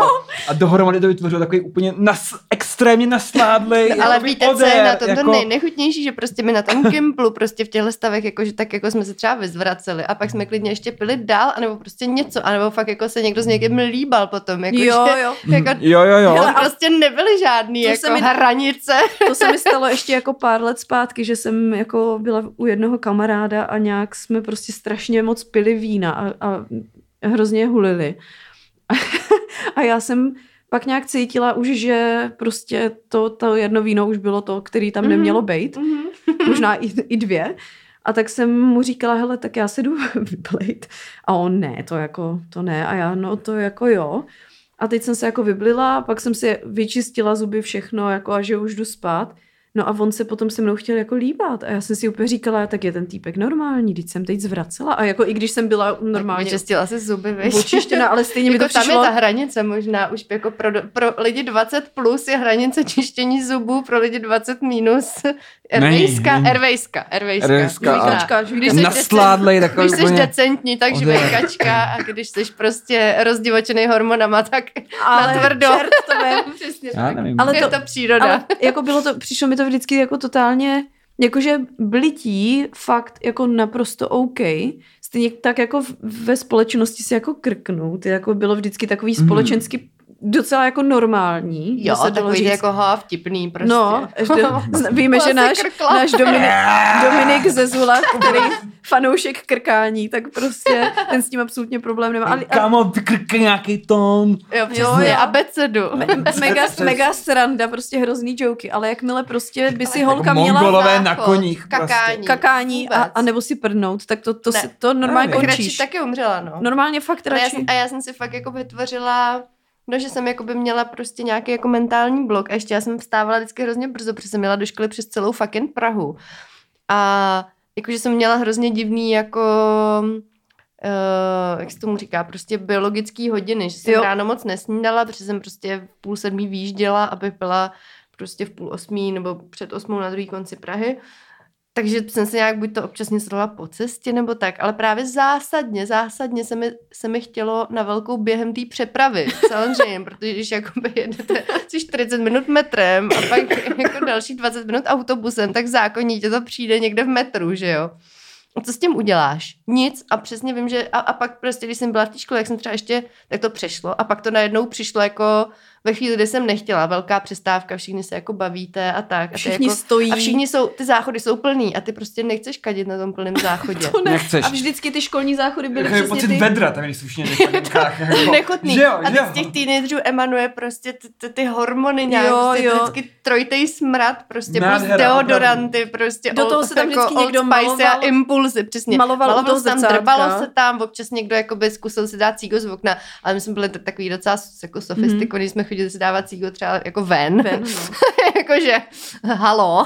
A dohromady to vytvořilo takový úplně nas, extrémně nasládlej. Ale jakoby víte, co odér, je na tom jako... to nejnechutnější, že prostě my na tom Gimplu prostě v těchto stavech, jakože tak jako jsme se třeba vyzvraceli a pak jsme klidně ještě pili dál, anebo prostě něco, anebo fakt jako se někdo s někým líbal potom, jako Jo, že, jo. jako, Jo, jo, jo. ale prostě nebyly žádný To jako se mi- hranice. To se mi stalo ještě jako pár let zpátky, že jsem jako byla u jednoho kamaráda a nějak jsme prostě strašně moc pili vína a, a hrozně hulili. A já jsem pak nějak cítila už, že prostě to, to jedno víno už bylo to, který tam nemělo být. Možná i, i dvě. A tak jsem mu říkala, hele, tak já se jdu vyblejt. A on, ne, to jako, to ne. A já, no to jako jo. A teď jsem se jako vyblila, pak jsem si vyčistila zuby, všechno, jako a že už jdu spát. No a on se potom se mnou chtěl jako líbat. A já jsem si úplně říkala, tak je ten týpek normální, teď jsem teď zvracela. A jako i když jsem byla normálně Vyčistila si zuby, víš. očištěna, ale stejně mi Jako to tam přišlo... je ta hranice možná už jako pro, pro lidi dvacet plus je hranice čištění zubů, pro lidi dvacet minus Airwayska, není. Airwayska, Airwayska. Airwayska, Možná. Žvíkačka, žvíkačka. Když jsi Nasládlej takový Když jsi úplně... decentní, tak Odér. žvejkačka a když jsi prostě rozdivočený hormonama, tak Ale natvrdo. čert to vem. Přesně Já tak. nevím. Ale Je to- to příroda. Ale jako bylo to, přišlo mi to vždycky jako totálně, jakože blití fakt jako naprosto OK. Stejně tak jako v- ve společnosti si jako krknout, jako bylo vždycky takový Mhm. společensky docela jako normální. Jo, by se dalo takový říct. jako ha, vtipný prostě. No, ještě, víme, že Asi náš, krkla. náš Dominik, Dominik ze Zula, který fanoušek krkání, tak prostě ten s tím absolutně problém nemá. Ale, ale Kámo, vykrkne nějaký tón. Jo, přesně, Jo, jo. abecedu. mega, mega sranda, prostě hrozný joky, ale jakmile prostě by si holka Jako měla Mongolové na záchod, koních. kakání. Prostě. kakání a, Vůbec. a nebo si prdnout, tak to, to, Ne. si, to normálně Ne, Tak radši končíš. taky umřela, no. Normálně fakt Ale já radši. jsem, a já jsem si fakt jako vytvořila, no, že jsem jako by měla prostě nějaký jako mentální blok a ještě já jsem vstávala vždycky hrozně brzo, protože jsem měla do školy přes celou fucking Prahu. A jakože jsem měla hrozně divný jako, uh, jak se tomu říká, prostě biologický hodiny, že jsem Jo. ráno moc nesnídala, protože jsem prostě v půl sedmí výjížděla, aby byla prostě v půl osmí nebo před osmou na druhý konci Prahy. Takže jsem se nějak buď to občas něco dala po cestě nebo tak, ale právě zásadně, zásadně se mi, se mi chtělo na velkou během té přepravy, samozřejmě, protože když jakoby jedete si čtyřicet minut metrem a pak jako další dvacet minut autobusem, tak zákonitě to přijde někde v metru, že jo. A co s tím uděláš? Nic a přesně vím, že a, a pak prostě, když jsem byla v té škole, jak jsem třeba ještě, tak to přešlo a pak to najednou přišlo jako ve chvíli, kdy jsem nechtěla, velká přestávka, všichni se jako bavíte a tak. A všichni jako, stojí. A všichni jsou, ty záchody jsou plný a ty prostě nechceš kadit na tom plném záchodě. To ne. Nechceš. A vždycky ty školní záchody byly Je přesně pocit ty... vedra, tam když slušně nechutných. Nechutný. Jo, a teď jo. z těch teenagerů emanuje prostě ty, ty, ty hormony nějak, Jo, prostě jo. vždycky trojtej smrad, prostě plus Nádhera, deodoranty, prostě Do toho se tam vždycky někdo Old Spice a maloval- impulzy, přesně. maloval u toho se tam, zrcátka. drbalo se tam, občas někdo jakoby zkusil si dát cígo z okna, ale my jsme byli t- takový docela jako sofistikovaní, mm. jsme chodili si dávat cígo třeba jako ven. Ven, no. Jakože, halo.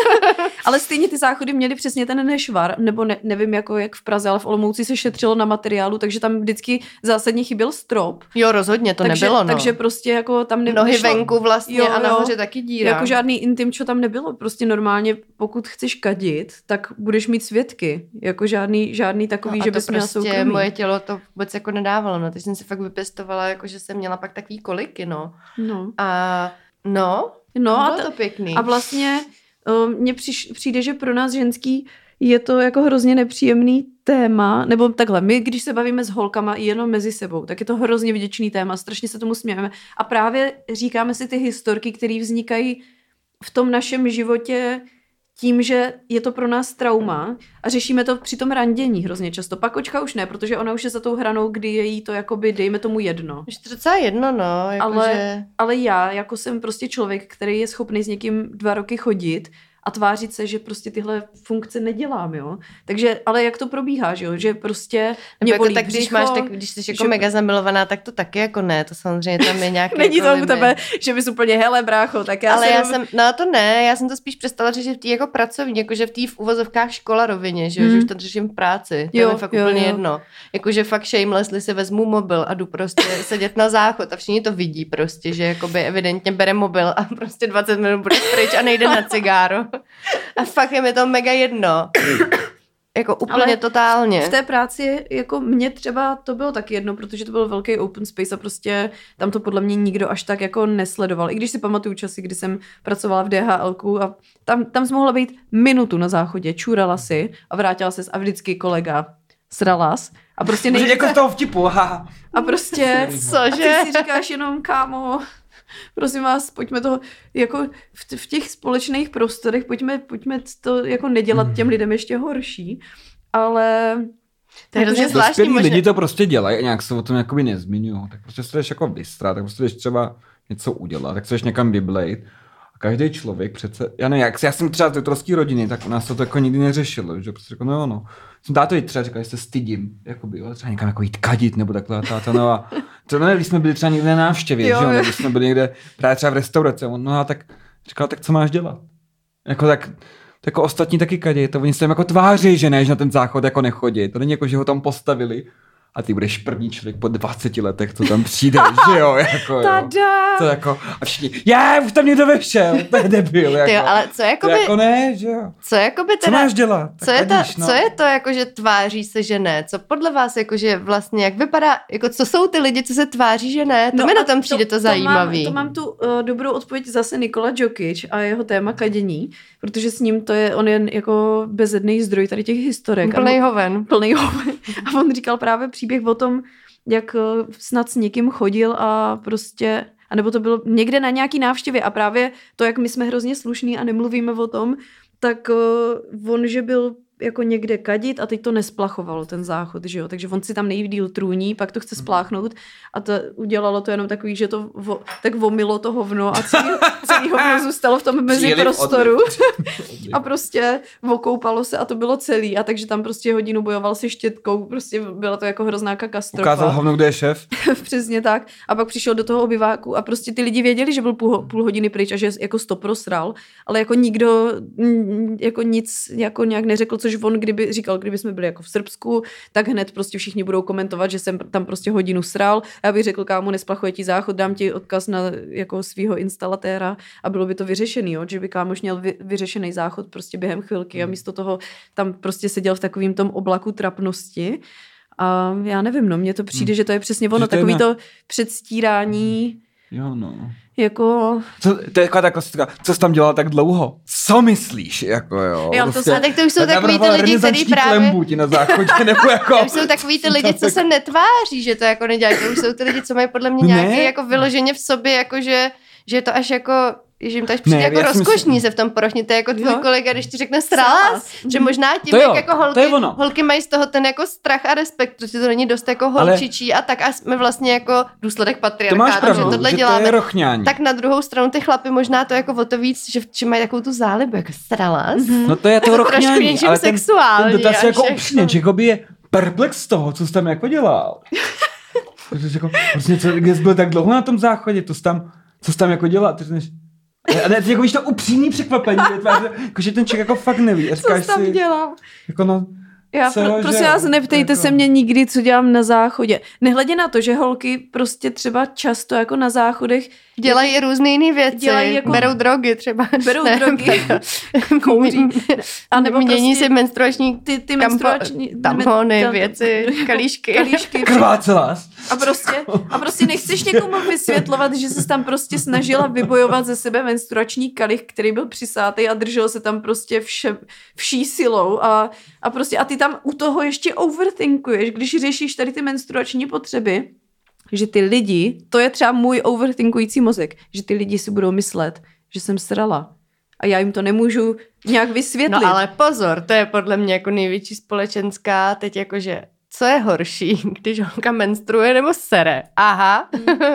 Ale stejně ty záchody měly přesně ten nešvar, nebo ne, nevím jako jak v Praze, ale v Olomouci se šetřilo na materiálu, takže tam vždycky zásadně chyběl strop. Jo, rozhodně, to takže, nebylo, no. Takže prostě jako tam ne, Nohy nešlo. venku vlastně Jo, a jo. nahoře taky díra. Jako žádný intim, čo tam nebylo. Prostě normálně, pokud chceš kadit, tak budeš mít svědky. Jako žádný, žádný takový, no že to bys měla prostě soukromí. moje tělo to vůbec jako nedávalo, no. Teď jsem si fakt vypěstovala, jako že jsem měla pak takový koliky, no. No, A no, no a, bylo t- to pěkný. a vlastně uh, mně přiš, přijde, že pro nás ženský je to jako hrozně nepříjemný téma, nebo takhle, my když se bavíme s holkama jenom mezi sebou, tak je to hrozně vděčný téma, strašně se tomu smějeme a právě říkáme si ty historky, které vznikají v tom našem životě tím, že je to pro nás trauma a řešíme to při tom randění hrozně často. Pakočka už ne, protože ona už je za tou hranou, kdy je jí to jakoby, dejme tomu jedno. Už to docela jedno, no. Jako Ale, že... ale já, jako jsem prostě člověk, který je schopný s někým dva roky chodit a tvářit se, že prostě tyhle funkce nedělám, jo. Takže, ale jak to probíhá, že jo, že prostě mě jako bolí tak, když břicho, máš, tak, když jsi jako že- mega zamilovaná, tak to taky jako ne, to samozřejmě tam je nějaký Není jako to u limit. tebe, že bys úplně, hele brácho, tak já Ale se já jdu- jsem, no to ne, já jsem to spíš přestala řešit v té jako pracovní, jakože v té v uvozovkách škola rovině, že, mm. že už to řeším v práci, to Jo, je mi fakt jo, úplně jo. jedno. Jakože fakt shamelessly si vezmu mobil a jdu prostě sedět na záchod a všichni to vidí prostě, že jakoby evidentně bere mobil a prostě dvacet minut bude pryč a nejde na cigáro. A fakt je mi to mega jedno. Jako úplně Ale totálně. v té práci, jako mě třeba to bylo taky jedno, protože to byl velký open space a prostě tam to podle mě nikdo až tak jako nesledoval. I když si pamatuju časy, kdy jsem pracovala v D H L ku a tam, tam jsi mohla být minutu na záchodě, čurala si a vrátila ses a vždycky kolega sralas a prostě Může nejde jako z toho vtipu, haha. a prostě Cože? a ty si říkáš jenom, kámo, prosím vás, pojďme to jako v, v těch společných prostorech, pojďme, pojďme to jako nedělat těm lidem ještě horší, ale To je hrozně jakože- zvláštní, Dospělí možná- lidi to prostě dělají a nějak se o tom jakoby nezmiňují. Tak prostě se jdeš jako vystrát, tak prostě jdeš třeba něco udělat, tak se jdeš někam vyblejt. A každý člověk přece, já nevím, jak, já jsem třeba z autorské rodiny, tak u nás to, to jako nikdy neřešilo, že prostě jako no jo, no. Jsem táto i třeba říkal, že se stydím, jakoby, jo, třeba někam jako jít kadit, nebo takhle, táta, no a to ne, když jsme byli třeba někde na návštěvě, Jo, že jo, jo. nebo když jsme byli někde právě třeba v restauraci, a on, no a tak říkal, tak co máš dělat? Jako tak, jako ostatní taky kadí, to oni se tam jako tváří, že ne, že na ten záchod jako nechodí, to není jako, že ho tam postavili a ty budeš první člověk po dvaceti letech, co tam přijde, že jo, jako jo. Tada! To jako, a všichni, je, už tam někdo vešel, to je debil, jako. Ty jo, ale co To jakoby, jako ne, že jo. co jakoby Co teda, máš dělat? co Tak je, to, kadíš, no. co je to jako, že tváří se, že ne? Co podle vás jakože vlastně, jak vypadá, jako co jsou ty lidi, co se tváří, že ne? To no mi na a tom přijde to, to zajímavý. Mám, to mám tu uh, dobrou odpověď zase Nikola Jokic a jeho téma kadění, protože s ním to je, on je jako bezedný zdroj tady těch historek. Plnej A on- hoven. Plnej hoven. A on říkal právě příběh o tom, jak uh, snad s někým chodil a prostě, anebo to bylo někde na nějaký návštěvě a právě to, jak my jsme hrozně slušní a nemluvíme o tom, tak uh, on, že byl jako někde kadit a teď to nesplachovalo ten záchod, že jo, takže on si tam nejdýl trůní, pak to chce spláchnout a to udělalo to jenom takový, že to vo, tak vomilo to hovno a celý, celý hovno zůstalo v tom mezi Příliv prostoru odliv. a prostě okoupalo se a to bylo celý a takže tam prostě hodinu bojoval se štětkou, prostě byla to jako hrozná katastrofa. Ukázal hovno, kde je šéf. Přesně tak. A pak přišel do toho obyváku a prostě ty lidi věděli, že byl půl, půl hodiny pryč a že jako sto prosral, ale jako nikdo mm, jako nic jako nějak neřekl, což on kdyby říkal, kdyby jsme byli jako v Srbsku, tak hned prostě všichni budou komentovat, že jsem tam prostě hodinu sral. Já bych řekl, kámo, nesplachuje ti záchod, dám ti odkaz na jako svýho instalatéra a bylo by to vyřešený, jo? Že by kámoš měl vy, vyřešený záchod prostě během chvilky a místo toho tam prostě seděl v takovým tom oblaku trapnosti. A já nevím, no, mně to přijde, hmm. že to je přesně ono, Že to je takový na- to předstírání Jo, no. Jako... Co, to je taková ta klasická, co jsi tam dělala tak dlouho? Co myslíš? Jako jo. Jo, to prostě, A tak to už jsou takový ty lidi, který právě... klembu ti na záchodě, nebo jako... To už jsou takový ty lidi, co se netváří, že to jako nedělají. To už jsou ty lidi, co mají podle mě nějaké Ne. jako vyloženě v sobě, jako že, že je to až jako... že jim to až přijde Ne, jako já si rozkošní myslím- se v tom porochnit. To je jako tvůj Jo. kolega, když ti řekne stralas, že možná tím, To jo, jak jako to je holky, ono. holky mají z toho ten jako strach a respekt, protože to není dost jako holčičí a tak a jsme vlastně jako důsledek To máš patriarchátu, že pravdu, tohle že to děláme. je rochňání. Tak na druhou stranu ty chlapy možná to jako o to víc, že, že mají takovou tu zálibu, jako stralas. Mhm. No to je to Jako trošku rochňání, něčím ale ten, sexuální, ten dotaz až je jako jako- upřímně, že jakoby je perplex z toho, co jsi tam jako dělal. Protože jako, vlastně, co, kde jsi byl tak dlouho na tom záchodě, to jsi tam, co jsi tam jako dělal, ty řekneš, a ne, ty jako víš to upřímný překvapení, jako, že ten člověk jako fakt neví. A Co říkáš jsi tam si, dělal? jako no, Já co, pro, že prosím jo, vás, neptejte jako- se mě nikdy, co dělám na záchodě. Nehledě na to, že holky prostě třeba často jako na záchodech Dělají i různé jiné věci. Dělají jako- Berou drogy třeba. berou Ne, drogy, pardon. kouří, a nebo Mění prostě si menstruační ty, ty kampo- menstruační... tampony, tam- věci, kalíšky. kalíšky. krvácela jsi. A prostě, a prostě nechceš někomu vysvětlovat, že se tam prostě snažila vybojovat ze sebe menstruační kalich, který byl přisátej a držel se tam prostě vše, vší silou a, a prostě a ty tam u toho ještě overthinkuješ, když řešíš tady ty menstruační potřeby, že ty lidi, to je třeba můj overthinkující mozek, že ty lidi si budou myslet, že jsem srala. A já jim to nemůžu nějak vysvětlit. No ale pozor, to je podle mě jako největší společenská, teď jakože, co je horší, když holka menstruuje nebo sere? Aha.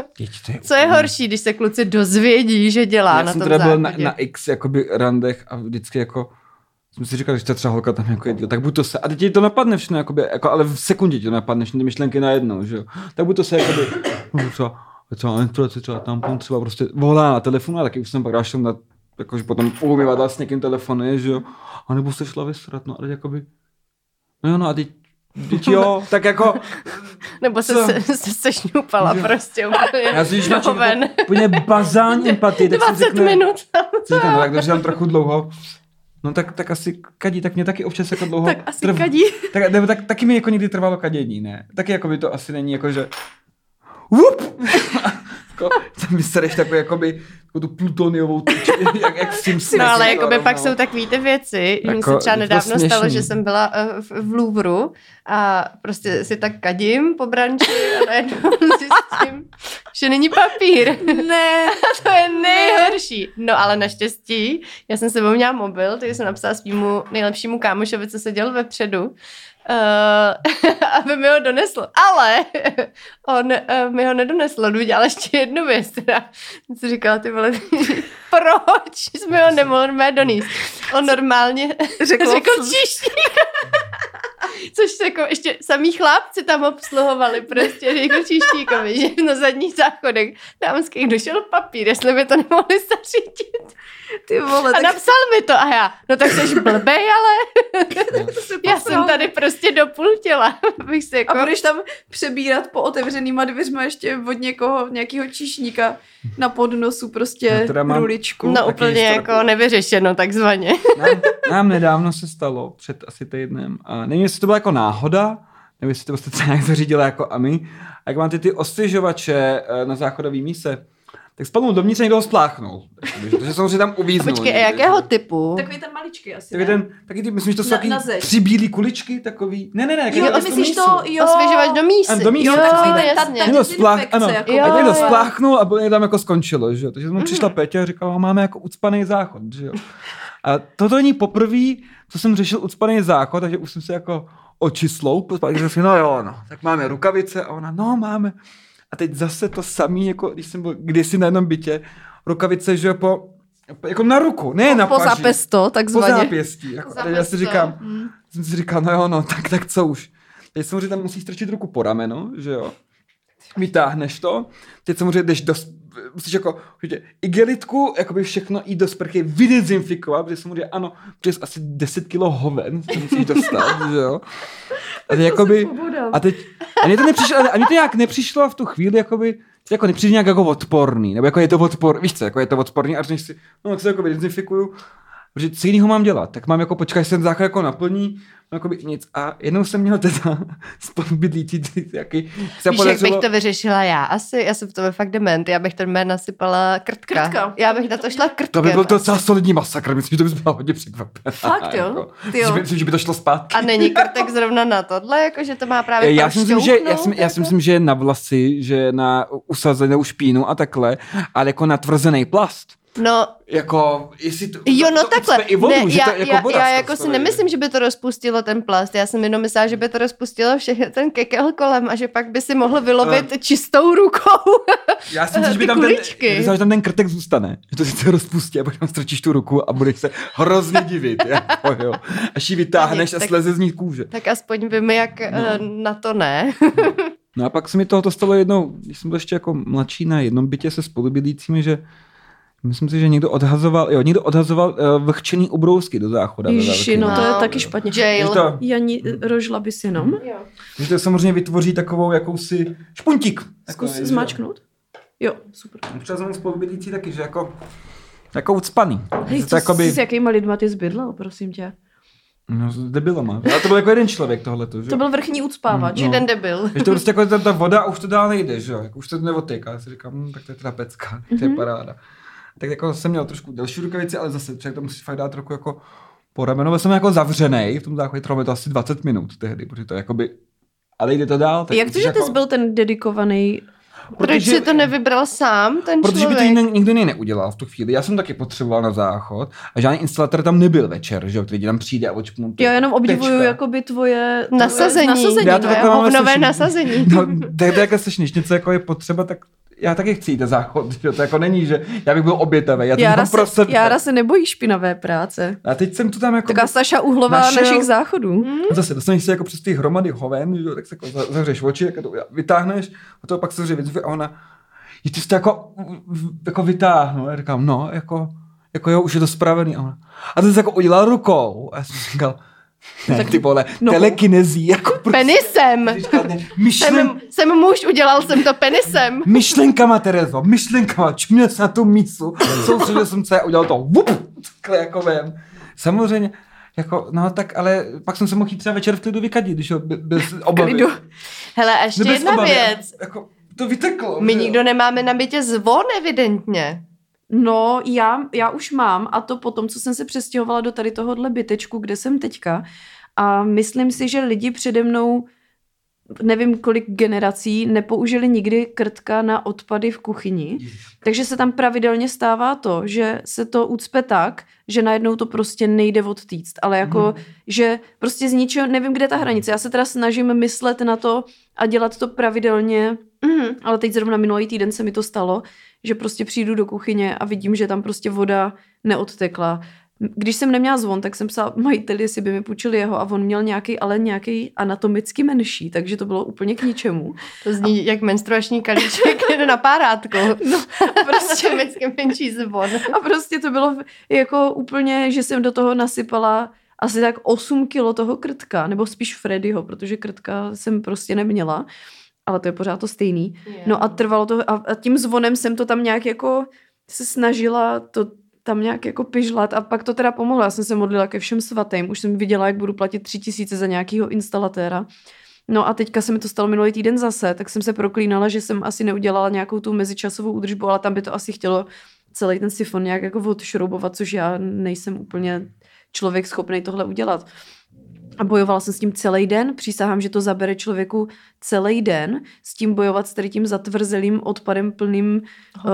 Co je horší, když se kluci dozvědí, že dělá Já na jsem tom teda byl záchodě? na, na x jakoby randech a vždycky jako jsem si říkal, že ta třeba holka tam jako je, tak buď to se, a teď ti to napadne všechno, jakoby, jako, ale v sekundě ti to napadne všechny ty myšlenky najednou, že jo. Tak buď to se jakoby, no, třeba, třeba menstruace, třeba tampon, třeba prostě volá na telefonu, a taky už jsem pak rášel na, jakože potom umývadla s někým telefony, že jo. A nebo se šla vysrat, no, ale jakoby, no jo, no a teď, teď jo, tak jako, Nebo se, Co? se, se sešňupala Jo. prostě úplně já si když do máš ven. jako úplně bazální empatii, tak si dvacet řekne, minut. si říkám, no, tak to říkám trochu dlouho. No tak, tak asi kadí, tak mě taky občas jako dlouho Tak asi kadí. Tak, nebo tak, taky mi jako někdy trvalo kadění, ne? Taky jako by to asi není jako, že Whoop! Jako, tam vysereš takový jakoby takovou tu plutoniovou tuči, jak, jak s tím No ale jakoby pak jsou takový ty věci, že mi Jako, se třeba je to nedávno směšný. stalo, že jsem byla uh, v, v Louvru a prostě si tak kadím po branči a najednou zjistím, že není papír. Ne. To je nejhorší. No ale naštěstí, já jsem sebou měla mobil, takže jsem napsala svýmu nejlepšímu kámošovi, co seděl vepředu, uh, aby mi ho donesl. Ale on uh, mi ho nedonesl, on udělal ještě jednu věc. Teda jsem si říkala, ty vole, proč jsme ho nemohli mé donést? On normálně řekl, řekl číšník. Což jako ještě samý chlápci tam obsluhovali prostě, řekl číšníkovi, že na zadních záchodech dámských došel papír, jestli by to nemohli zařídit. Ty vole, A tak napsal mi to a já, no tak jsi blbej, ale já jsem tady prostě do půl těla. Bych si jako... a budeš tam přebírat po otevřenýma dveřma ještě od někoho, nějakého číšníka na podnosu prostě Já teda mám- ruličku. No taky úplně historku. jako nevyřešeno takzvaně. Nám, nám nedávno se stalo, před asi týdnem, a nevím, jestli to byla jako náhoda, nevím, jestli to prostě třeba nějak zařídila jako Ami, a jak mám ty, ty osvěžovače eh, na záchodový míse, tak spadnul dovnitř a někdo ho spláchnul. Takže samozřejmě tam uvíznul. Počkej, a jakého typu? Takový ten maličký asi, Takový ne? ten, taky ty, myslím, že to jsou Na- takový na zeď. tři bílý kuličky, takový. Ne, ne, ne. Jo, jako ty z toho myslíš mísu. to, jo. Osvěžovač do mísy. A do mísy, Jo, tak takový jsem- ten, ta, jasně. ta Někdo splách, dezinfekce, ano, jako. Jo, a někdo jo. spláchnul a bylo- tam jako skončilo, že jo. Takže mu přišla Peťa a říkala, máme jako ucpaný záchod, že jo. A toto není poprvé, co jsem řešil ucpaný záchod, takže už jsem se jako oči sloup, takže jsem si, no jo, no, tak máme rukavice a ona, no máme. A teď zase to samý, jako když jsem byl kdysi na jednom bytě, rukavice, že jo, po, jako na ruku, ne na Po paži. zápesto, Po takzvaně. zápěstí. Jako, a teď já si Zápesto. říkám, Mm. jsem si říkal, no jo, no, tak, tak co už. Teď samozřejmě tam musíš strčit ruku po ramenu, že jo. Vytáhneš to, teď samozřejmě jdeš do, musíš jako, že igelitku, jakoby všechno jít do sprchy, vydezinfikovat, protože samozřejmě ano, protože asi deset kilo hoven se musíš dostat, že jo. A teď jakoby, a teď, a mě to nepřišlo, a mě to nějak nepřišlo v tu chvíli, jakoby, jako nepřijde nějak jako odporný, nebo jako je to odpor, víš co, jako je to odporný a řekneš si, no tak se jako dezinfikuju. protože co jiného mám dělat, tak mám jako počkat, že se ten záchod jako naplní, no jako by nic. A jednou jsem měl teda spolubydlící, jaký se Víš, podařilo... jak bych to vyřešila já? Asi, já jsem v tom fakt dement, já bych ten jmen nasypala krtka. Krtka. Já bych na to šla krtkem. To by byl to docela solidní masakr, myslím, že to by byla hodně překvapená. Fakt jo? Jako, Ty jo. myslím, že by to šlo zpátky. A není krtek zrovna na tohle, jako že to má právě Já si myslím, že, já, si, já si jako? myslím, že na vlasy, že na usazenou špínu a takhle, ale jako na tvrzený plast. No, Jako, jestli to, jo, no to, takhle. To i vodu, ne, že já, to jako já, voda já jako si stojí. nemyslím, že by to rozpustilo ten plast. Já jsem jenom myslela, že by to rozpustilo všechny ten kekel kolem a že pak by si mohl vylovit uh, čistou rukou. Já si myslím, že by ty tam ten, kuličky. myslím, že tam ten krtek zůstane. Že to sice rozpustí a pak tam strčíš tu ruku a budeš se hrozně divit. Jako, jo. Až ji vytáhneš Tak- a sleze z ní kůže. Tak aspoň vím, jak No. no. na to ne. No a pak se mi tohoto stalo jednou, když jsem byl ještě jako mladší na jednom bytě se spolubydlícími, že myslím si, že někdo odhazoval, jo, někdo odhazoval uh, vlhčený ubrousky do záchoda. ve Ježiši, no velkým. to je No. taky špatně. Jail. Že to, Janí, rožla bys jenom? Jo. že to samozřejmě vytvoří takovou jakousi špuntík. Zkus Takový, že- zmáčknout? Jo, super. Třeba jsem spolubydlící taky, že jako jako ucpaný. Hej, Že co, to jakoby, s jakýma lidma ty zbydlel, prosím tě? no, s debilama. Ale to byl jako jeden člověk tohleto, že? To byl vrchní ucpávač. No. Jeden debil. Že to prostě jako ta, ta voda a už to dál nejde, že jo? Jako už to neotyká. Já si říkám, hm, tak to je teda pecka, to je paráda. Tak jako jsem měl trošku delší rukavici, ale zase člověk to musí fakt dát trochu jako po rameno. Byl jsem jako zavřenej v tom záchodě, trvalo mi to asi dvacet minut tehdy, protože to jakoby, ale jde to dál. Tak Jak to, musíš že ty jako, jsi byl ten dedikovaný? Proč si to nevybral sám, ten Protože by člověk? to nikdo, nikdo jiný neudělal v tu chvíli. Já jsem taky potřeboval na záchod a žádný instalatér tam nebyl večer, že jo, který tam přijde a očknu. Já jenom obdivuju tečka. jakoby tvoje... tvoje Nasazení. nasazení Já to no, takhle jo. mám Hovnové slyšení. nasazení. No, tak, tak když něco jako je potřeba, tak já taky chci jít na záchod, že to jako není, že já bych byl obětavý, já to Jára mám pro se, sebe. Jára se nebojí špinavé práce. A teď jsem to tam jako... Taká Saša Uhlová našel- našich záchodů. Zase dostaneš se jako přes ty hromady hoven, že jo, tak se jako za- zavřeš oči, jako to vytáhneš a to pak se zavře věc a ona, že ty jsi to jako, jako vytáhnu. Já říkám, no, jako, jako jo, už je to spravený. A ona, a to jsi jako udělal rukou. A já jsem říkal, ne, ty vole, no. telekinezí, jako prostě. Penisem. Říkal, ne, myšlen, Jsem, jsem muž, udělal jsem to penisem. myšlenkama, Terezo, myšlenkama, čuměl jsem na tu mísu, soustředil jsem se a udělal to, vup, takhle jako vem. Samozřejmě, jako, no tak, ale pak jsem se mohl jít třeba večer v klidu vykadit, když ho by- bez obavy. Klidu. Hele, a ještě Bez jedna obavy, věc. Jako, to vyteklo. My že jo. nikdo nemáme na bytě zvon, evidentně. No, já, já už mám a to potom, co jsem se přestěhovala do tady tohohle bytečku, kde jsem teďka. A myslím si, že lidi přede mnou, nevím kolik generací, nepoužili nikdy krtka na odpady v kuchyni. Takže se tam pravidelně stává to, že se to ucpe tak, že najednou to prostě nejde odtýct. Ale jako, Mhm. že prostě z ničeho, nevím, kde je ta hranice. Já se teda snažím myslet na to a dělat to pravidelně, Mhm. ale teď zrovna minulý týden se mi to stalo, že prostě přijdu do kuchyně a vidím, že tam prostě voda neodtekla. Když jsem neměla zvon, tak jsem psala majiteli, jestli by mi půjčili jeho a on měl nějaký, ale nějaký anatomicky menší, takže to bylo úplně k ničemu. To zní jak menstruační kalíček na párátko. No, prostě vždycky menší zvon. A prostě to bylo jako úplně, že jsem do toho nasypala asi tak osm kilo toho krtka, nebo spíš Freddyho, protože krtka jsem prostě neměla, ale to je pořád to stejný. No a trvalo to, a, a tím zvonem jsem to tam nějak jako se snažila to tam nějak jako pyžlat a pak to teda pomohlo. Já jsem se modlila ke všem svatým, už jsem viděla, jak budu platit tři tisíce za nějakýho instalatéra. No a teďka se mi to stalo minulý týden zase, tak jsem se proklínala, že jsem asi neudělala nějakou tu mezičasovou údržbu, ale tam by to asi chtělo celý ten sifon nějak jako odšroubovat, což já nejsem úplně člověk schopný tohle udělat. A bojovala jsem s tím celý den, přísahám, že to zabere člověku celý den, s tím bojovat s tady tím zatvrzelým odpadem plným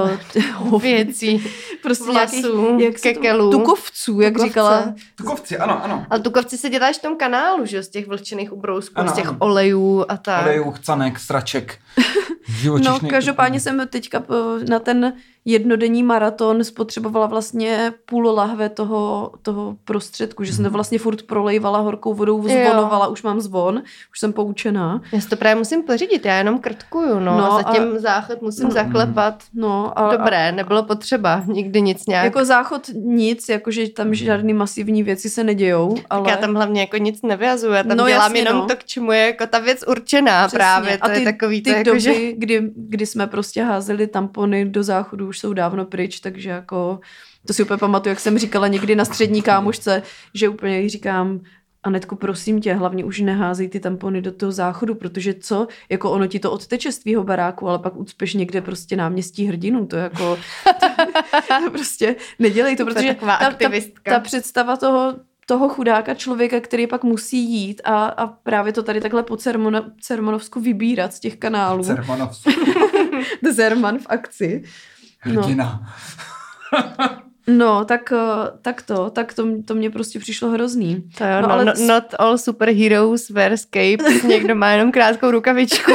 uh, Věcí. prostě Vlasů, nějakých, jak se to- kekelů. tukovců, jak Tukovce. říkala. Tukovci, ano, ano. Ale tukovci se děláš v tom kanálu, že jo, z těch vlhčených ubrousků, Ano, z těch ano. olejů a tak. Olejů, chcanek, sraček, No, živočišných. každopádně jsem teďka eh, na ten jednodenní maraton spotřebovala vlastně půl lahve toho, toho prostředku, že jsem to vlastně furt prolejvala horkou vodou, zvonovala, už mám zvon, už jsem poučená. Já si to právě musím pořídit, já jenom krtkuju, no, No no a zatím a- záchod musím no. zaklepat. No, a, Dobré, nebylo potřeba, nikdy nic A nějak. jako záchod nic, jakože tam žádný masivní věci se nedějou, ale... Tak já tam hlavně jako nic nevyhazuju, já tam No, dělám jasně, jenom no. to, k čemu je jako ta věc určená. Přesně. Právě, to a ty, je takový ty to jako, doby, že... kdy, kdy jsme prostě házeli tampony do záchodu, už už jsou dávno pryč, takže jako to si úplně pamatuju, jak jsem říkala někdy na střední kámošce, že úplně jí říkám, Anetku, prosím tě, hlavně už neházej ty tampony do toho záchodu, protože co, jako ono ti to odteče z tvýho baráku, ale pak ucpeš někde prostě náměstí Hrdinů, to jako to prostě nedělej to, protože to ta, ta, ta představa toho, toho chudáka člověka, který pak musí jít a, a právě to tady takhle po Cermona, Cermanovsku vybírat z těch kanálů. Cermanovsku. Zerman v akci. Hrdina. No. No, tak, tak to, tak to, to mě prostě přišlo hrozný. To jo, no, no, ale no, not all superheroes wear capes, někdo má jenom krátkou rukavičku.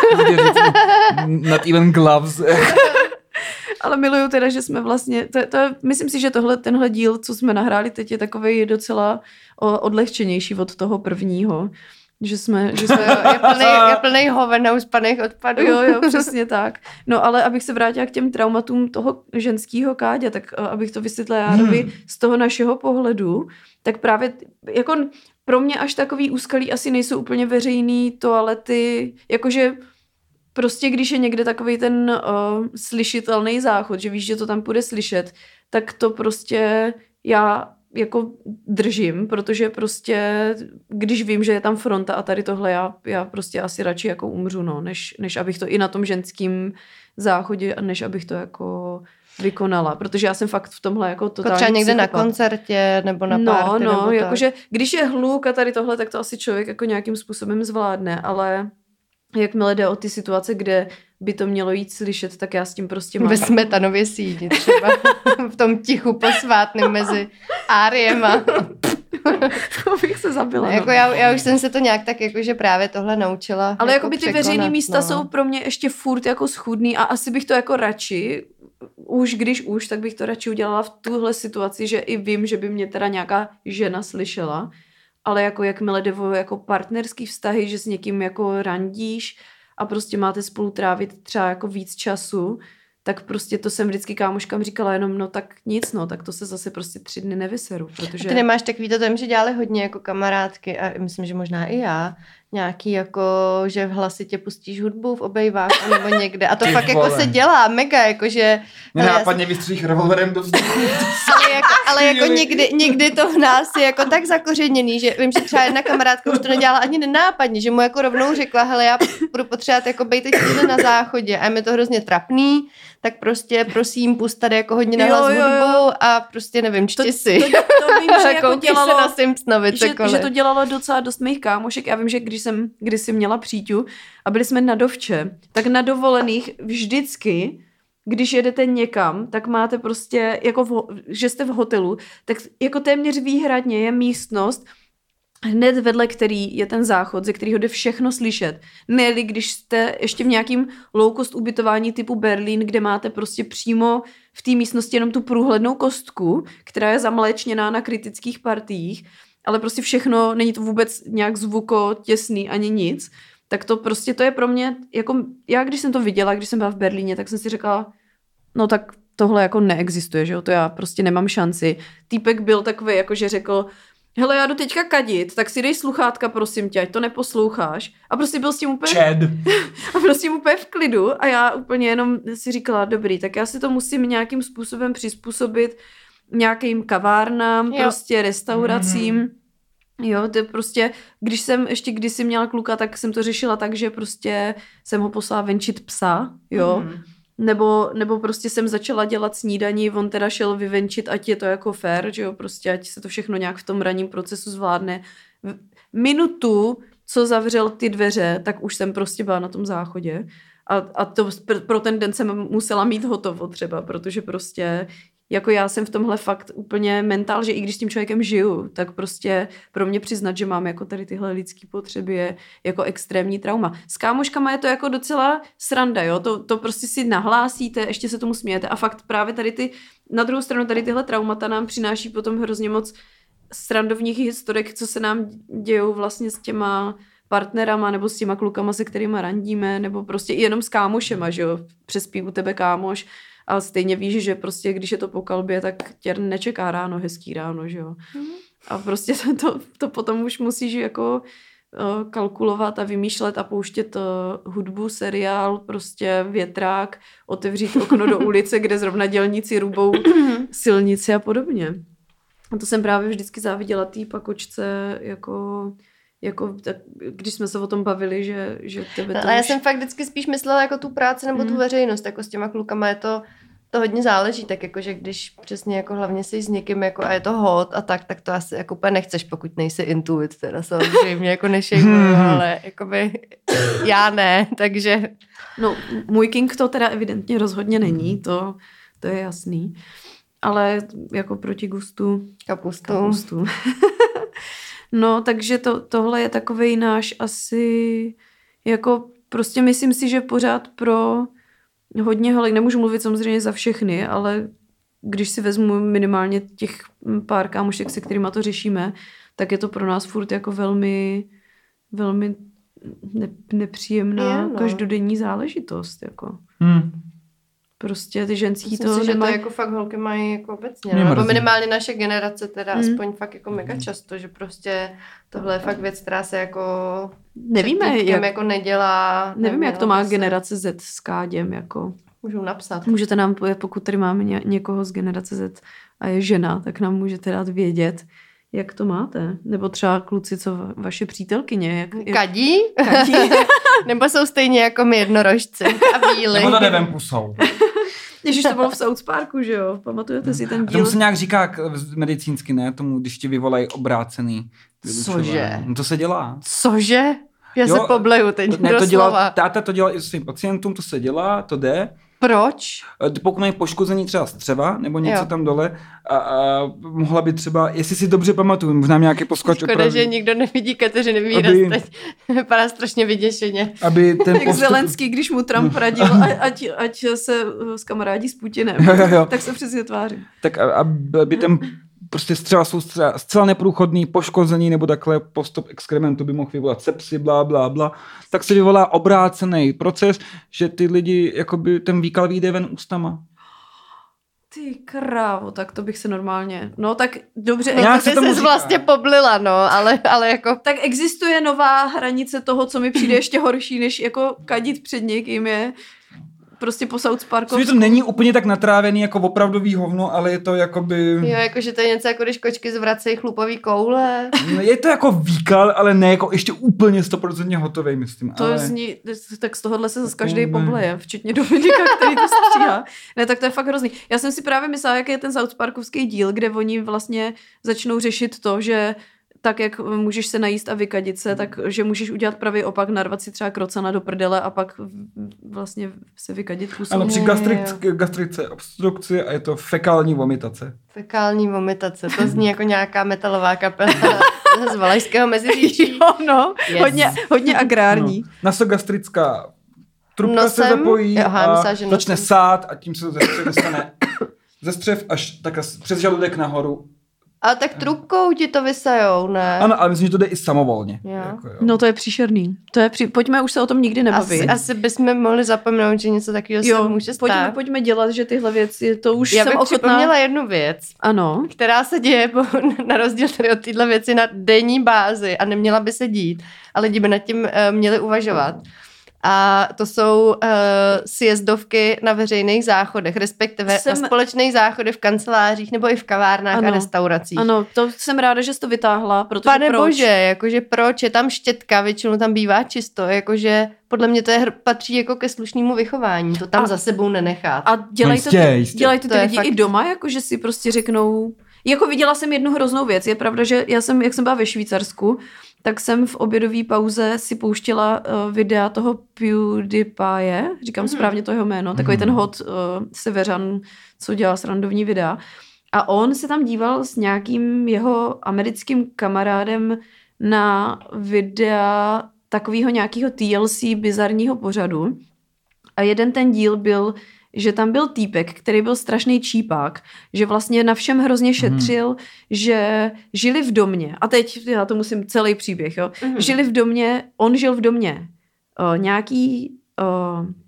Not even gloves. Ale miluju teda, že jsme vlastně, to, to, myslím si, že tohle, tenhle díl, co jsme nahráli teď, je takovej docela odlehčenější od toho prvního. Že jsme, že jsme je plnej, je plnej hoven a uspaných odpadů. Jo, jo, přesně tak. No ale abych se vrátila k těm traumatům toho ženského Káďa, tak abych to vysvětlila Járovi hmm. z toho našeho pohledu, tak právě jako pro mě až takový úskalí asi nejsou úplně veřejný toalety, jakože prostě když je někde takový ten uh, slyšitelný záchod, že víš, že to tam půjde slyšet, tak to prostě já jako držím, protože prostě, když vím, že je tam fronta a tady tohle, já, já prostě asi radši jako umřu, no, než, než abych to i na tom ženském záchodě, než abych to jako vykonala, protože já jsem fakt v tomhle jako totální třeba někde psychopat. Na koncertě nebo na party. No, no, nebo jakože když je hluk a tady tohle, tak to asi člověk jako nějakým způsobem zvládne, ale jakmile jde o ty situace, kde by to mělo jít slyšet, tak já s tím prostě mám. Ve Smetanově síni třeba. V tom tichu posvátném mezi áriema. To bych se zabila. No, jako já, já už jsem se to nějak tak jakože právě tohle naučila. Ale jako jako by ty překonat, veřejný místa no. jsou pro mě ještě furt jako schůdný a asi bych to jako radši, už když už, tak bych to radši udělala v tuhle situaci, že i vím, že by mě teda nějaká žena slyšela, ale jako jakmile jde o jako partnerský vztahy, že s někým jako randíš a prostě máte spolu trávit třeba jako víc času, tak prostě to jsem vždycky kámoškám říkala jenom, no tak nic, no, tak to se zase prostě tři dny nevyseru, protože... A ty nemáš takový to, že dělali hodně jako kamarádky a myslím, že možná i já, nějaký jako, že v hlasitě pustíš hudbu v obejváku nebo někde a to Ty fakt vole. jako se dělá mega, jakože... Nenápadně vystřelíš revolverem do vzduchu. Ale jako, ale jako někdy, někdy to v nás je jako tak zakořeněný, že vím, že třeba jedna kamarádka už to nedělala ani nenápadně, že mu jako rovnou řekla, hele, já budu potřebovat jako bejt teď na záchodě a je mi to hrozně trapný, tak prostě prosím, pust tady jako hodně na hlas hudbu a prostě nevím, čti si. To, to vím, že jako dělalo, se na Simpsonovi, že, že to dělalo docela dost mých kámošek. Já vím, že když jsem kdysi měla příťu a byli jsme na dovče, tak na dovolených vždycky, když jedete někam, tak máte prostě, jako v, že jste v hotelu, tak jako téměř výhradně je místnost, hned vedle který je ten záchod, ze kterého jde všechno slyšet. Ne-li když jste ještě v nějakým low cost ubytování typu Berlín, kde máte prostě přímo v té místnosti jenom tu průhlednou kostku, která je zamléčněná na kritických partiích, ale prostě všechno, není to vůbec nějak zvuko těsný ani nic, tak to prostě to je pro mě, jako já když jsem to viděla, když jsem byla v Berlíně, tak jsem si řekla, no tak tohle jako neexistuje, že jo, to já prostě nemám šanci. Týpek byl takový, jako že řekl, hele, já jdu teďka kadit, tak si dej sluchátka, prosím tě, ať to neposloucháš. A prostě byl s tím úplně... Čed. A prostě úplně v klidu a já úplně jenom si říkala, dobrý, tak já si to musím nějakým způsobem přizpůsobit nějakým kavárnám, jo. prostě restauracím. Mm. Jo, to je prostě, když jsem ještě kdysi měla kluka, tak jsem to řešila tak, že prostě jsem ho poslala venčit psa, jo. Mm. Nebo, nebo prostě jsem začala dělat snídaní, on teda šel vyvenčit, ať je to jako fair, že jo, prostě ať se to všechno nějak v tom ranním procesu zvládne. Minutu, co zavřel ty dveře, tak už jsem prostě byla na tom záchodě a, a to pro ten den jsem musela mít hotovo třeba, protože prostě jako já jsem v tomhle fakt úplně mentál, že i když s tím člověkem žiju, tak prostě pro mě přiznat, že mám jako tady tyhle lidský potřeby je jako extrémní trauma. S kámoškama je to jako docela sranda, jo, to, to prostě si nahlásíte, ještě se tomu smějete a fakt právě tady ty, na druhou stranu tady tyhle traumata nám přináší potom hrozně moc srandovních historek, co se nám dějou vlastně s těma partnerama nebo s těma klukama, se kterýma randíme, nebo prostě i jenom s kámošema, že jo, přespí u tebe kámoš, a stejně víš, že prostě, když je to po kalbě, tak tě nečeká ráno, hezký ráno, že jo. Mm. A prostě to, to, to potom už musíš jako uh, kalkulovat a vymýšlet a pouštět uh, hudbu, seriál, prostě větrák, otevřít okno do ulice, kde zrovna dělníci rubou silnici a podobně. A to jsem právě vždycky záviděla té pakočce, jako... Jako, tak, když jsme se o tom bavili, že, že tebe to no, ale já už... jsem fakt vždycky spíš myslela jako tu práci nebo mm. tu veřejnost, jako s těma klukama je to, to hodně záleží, tak jako, že když přesně jako hlavně jsi s někým jako a je to hot a tak, tak to asi jako úplně nechceš, pokud nejsi intuit, teda samozřejmě jako nešejmuju, ale jakoby já ne, takže... No, můj king to teda evidentně rozhodně není, to, to je jasný, ale jako proti gustu... Kapustu. Kapustu. No, takže to, tohle je takovej náš asi, jako prostě myslím si, že pořád pro hodně holek, nemůžu mluvit samozřejmě za všechny, ale když si vezmu minimálně těch pár kámošek, se kterýma to řešíme, tak je to pro nás furt jako velmi, velmi ne, nepříjemná je, no. každodenní záležitost, jako. Hmm. Prostě ty ženský Myslím to si, že nemají... to jako fakt holky mají jako obecně, Mě no? Nebo mrzí. minimálně naše generace teda, Mm. aspoň fakt jako mega často, že prostě tohle je fakt věc, která se jako Nevíme, před jak, jako nedělá. nevím, jak to má se... generace Z s Káděm, jako... Můžou napsat. Můžete nám, pokud tady máme ně, někoho z generace Z a je žena, tak nám můžete dát vědět, jak to máte. Nebo třeba kluci, co va, vaše přítelkyně. Jak, jak... Kadí? Kadí. Nebo jsou stejně jako my jednorožci a bílí. Nebo to nevím pusou. Ježiš, to bylo v South Parku, že jo? Pamatujete si ten A díl? tomu se nějak říká k- medicínsky, ne? Tomu, když ti vyvolají obrácený. Cože? No to se dělá. Cože? Já Jo, se pobleju teď Ne, to doslova. dělá, táta to dělá i s svým pacientům, to se dělá, to jde. Proč? Pokud mají poškození třeba střeva nebo něco Jo. tam dole a, a mohla by třeba, jestli si dobře pamatuju, možná nějaký poskoč Škoda, opraví, že nikdo nevidí Kateřiny výraz Aby- teď. Vypadá strašně vyděšeně. aby ten Jak postup... Zelenský, když mu Trump radil, ať, ať se s kamarádí s Putinem. Jo, jo, jo. Tak se přesně tváří. Tak a- aby ten prostě střeva jsou střeva, zcela neprůchodný, poškození nebo takhle postup exkrementu by mohl vyvolat sepsi, blá, blá, blá, tak se vyvolá obrácený proces, že ty lidi, jakoby ten výkal vyjde ven ústama. Ty krávo, tak to bych se normálně... No tak dobře. No, Nějak to se by tomu ses říká. vlastně poblila, no, ale, ale jako... Tak existuje nová hranice toho, co mi přijde ještě horší, než jako kadit před někým je prostě po South Parku. Což to není úplně tak natrávený jako opravdový hovno, ale je to jakoby... Jo, jakože to je něco jako když kočky zvracejí chlupový koule. No, je to jako výkal, ale ne jako ještě úplně stoprocentně hotovej, myslím. To ale... zní, tak z tohohle se zase každý ne. pobleje, včetně Dominika, který to stříhá. Ne, tak to je fakt hrozný. Já jsem si právě myslela, jaký je ten South Parkovský díl, kde oni vlastně začnou řešit to, že tak, jak můžeš se najíst a vykadit se, tak že můžeš udělat pravý opak, narvat si třeba krocana do prdele a pak vlastně se vykadit kusou. Ano, při Jo, gastric, gastrice obstrukci a je to fekální vomitace. Fekální vomitace, to zní jako nějaká metalová kapela z Valašského Meziříčí. Jo, no, Yes. hodně, hodně agrární. No. Nasogastrická trubka Nosem? se zapojí Aha, a myslela, že začne nosem. sát a tím se ze střev dostane ze střev až takhle přes žaludek nahoru. Ale tak trubkou ti to vysajou, ne? Ano, ale myslím, že to jde i samovolně. Jo. Jako, jo. No to je příšerný. To je při... Pojďme už se o tom nikdy nebavit. Asi, asi bychom mohli zapomenout, že něco takového se jo, může stát. pojďme, pojďme dělat, že tyhle věci, to už Já jsem bych ochotná. připomněla jednu věc, Ano. která se děje po, na rozdíl tady od téhle věci na denní bázi a neměla by se dít, a lidi by nad tím uh, měli uvažovat. A to jsou uh, sjezdovky na veřejných záchodech, respektive Jsem- na společných záchodech v kancelářích nebo i v kavárnách Ano. a restauracích. Ano, to jsem ráda, že jsi to vytáhla, protože Pane proč? bože, jakože proč, je tam štětka, většinou tam bývá čisto, jakože podle mě to je, hr- patří jako ke slušnému vychování, to tam A- za sebou nenechat. A dělají to, Jistě, ty, jistě. dělají to To ty je lidi fakt- i doma, jako že si prostě řeknou... Jako viděla jsem jednu hroznou věc. Je pravda, že já jsem, jak jsem byla ve Švýcarsku, tak jsem v obědové pauze si pouštěla uh, videa toho PewDiePie, říkám mm-hmm. správně to jeho jméno, takový ten hot uh, severan, co dělá srandovní videa. A on se tam díval s nějakým jeho americkým kamarádem na videa takového nějakého T L C bizarního pořadu. A jeden ten díl byl, že tam byl týpek, který byl strašný čípák, že vlastně na všem hrozně šetřil, mm. že žili v domě, a teď já to musím celý příběh, jo, mm. žili v domě, on žil v domě uh, nějaký uh,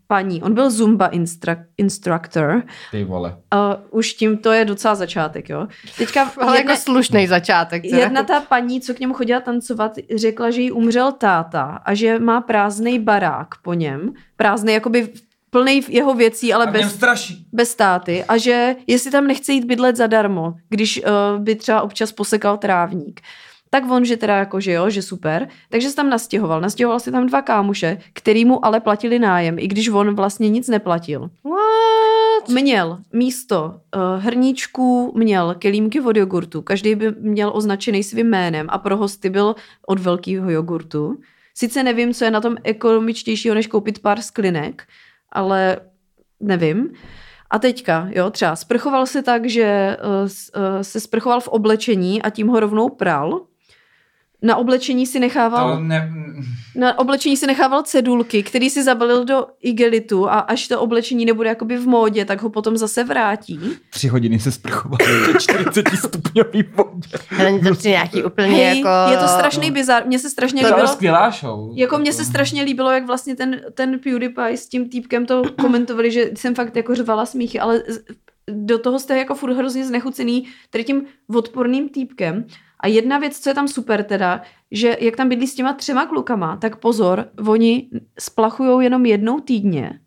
paní, on byl Zumba instru- instructor. Ty vole. Uh, už tím to je docela začátek, jo. Teďka Ale jedna, jako slušný začátek. Co? jedna ta paní, co k němu chodila tancovat, řekla, že jí umřel táta a že má prázdnej barák po něm. Prázdnej, jakoby plnej jeho věcí, ale bez, bez táty. A že jestli tam nechce jít bydlet zadarmo, když uh, by třeba občas posekal trávník. Tak on, že teda jako, že jo, že super. Takže se tam nastěhoval. Nastěhoval si tam dva kámoše, který mu ale platili nájem, i když on vlastně nic neplatil. What? Měl místo uh, hrníčků, měl kelímky od jogurtu. Každý by měl označený svým jménem a pro hosty byl od velkého jogurtu. Sice nevím, co je na tom ekonomičtějšího, než koupit pár sklinek, ale nevím. A teďka, jo, třeba sprchoval se tak, že uh, uh, se sprchoval v oblečení a tím ho rovnou pral. Na oblečení si nechával ne... na oblečení si nechával cedulky, který si zabalil do igelitu a až to oblečení nebude jakoby v módě, tak ho potom zase vrátí. Tři hodiny se sprchoval v čtyřicet stupňový vodě. Ale to přijde nějaký úplně Hej, jako... je to strašný bizar. Mně se strašně to líbilo. To skvělá show. Jako mně se strašně líbilo, jak vlastně ten, ten PewDiePie s tím týpkem to komentovali, že jsem fakt jako řvala smíchy, ale do toho jste jako furt hrozně znechucený tady tím odporným týpkem. A jedna věc, co je tam super teda, že jak tam bydlí s těma třema klukama, tak pozor, oni splachujou jenom jednou týdně.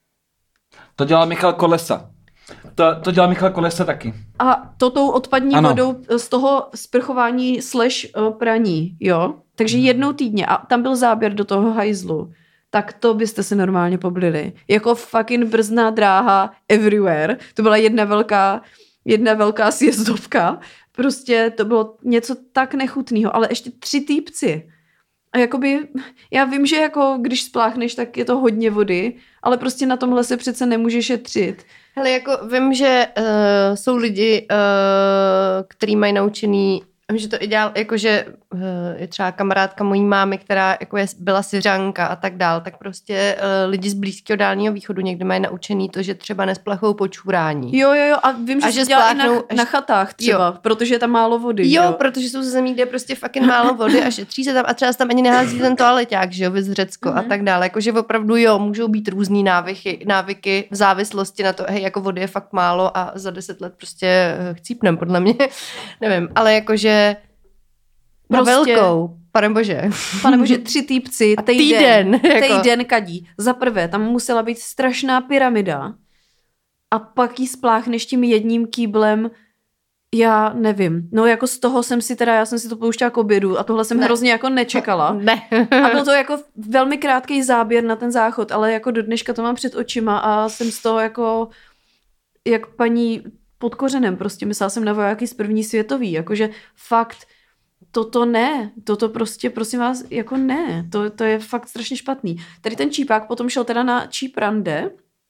To dělal Michal Kolesa. To, to dělal Michal Kolesa taky. A to tou odpadní ano. vodou z toho sprchování slash praní, jo? Takže jednou týdně. A tam byl záběr do toho hajzlu. Tak to byste se normálně poblili. Jako fucking brzná dráha everywhere. To byla jedna velká, jedna velká sjezdovka. Prostě to bylo něco tak nechutného, ale ještě tři týpci. A jakoby, já vím, že jako když spláchneš, tak je to hodně vody, ale prostě na tomhle se přece nemůže šetřit. Hele, jako vím, že uh, jsou lidi, uh, který mají naučený, vím, že to i dělal, jakože uh, je třeba kamarádka mojí mámy, která jako je, byla Syřanka a tak dál, tak prostě uh, lidi z Blízkého dálního východu někdy mají naučený to, že třeba nesplachou po čurání. Jo, jo, jo, a vím, že, A že se dělá i spláchnou- na, na chatách třeba, jo. Protože je tam málo vody. Jo, jo, protože jsou ze zemí, kde je prostě fucking málo vody a šetří se tam a třeba se tam ani nehází ten toaleťák, že jo, vys Řecko mm-hmm. a tak dále. Jakože opravdu jo, můžou být různý návyky, návyky v závislosti na to, hej, jako vody je fakt málo a za deset let prostě chcípnem, podle mě. Nevím, ale jakože na Prostě- velkou, pane bože. Pane bože, tři týpci, A týden, týden, jako. týden kadí. Za prvé, tam musela být strašná pyramida a pak jí spláchneš tím jedním kýblem, já nevím. No jako z toho jsem si teda, já jsem si to pouštěla k obědu a tohle jsem Ne. hrozně jako nečekala. Ne. A byl to jako velmi krátký záběr na ten záchod, ale jako do dneška to mám před očima a jsem z toho jako jak paní pod kořenem, prostě myslela jsem na vojáky z první světový, jakože fakt toto ne, toto prostě, prosím vás, jako ne, to, to je fakt strašně špatný. Tady ten čípák potom šel teda na číp rande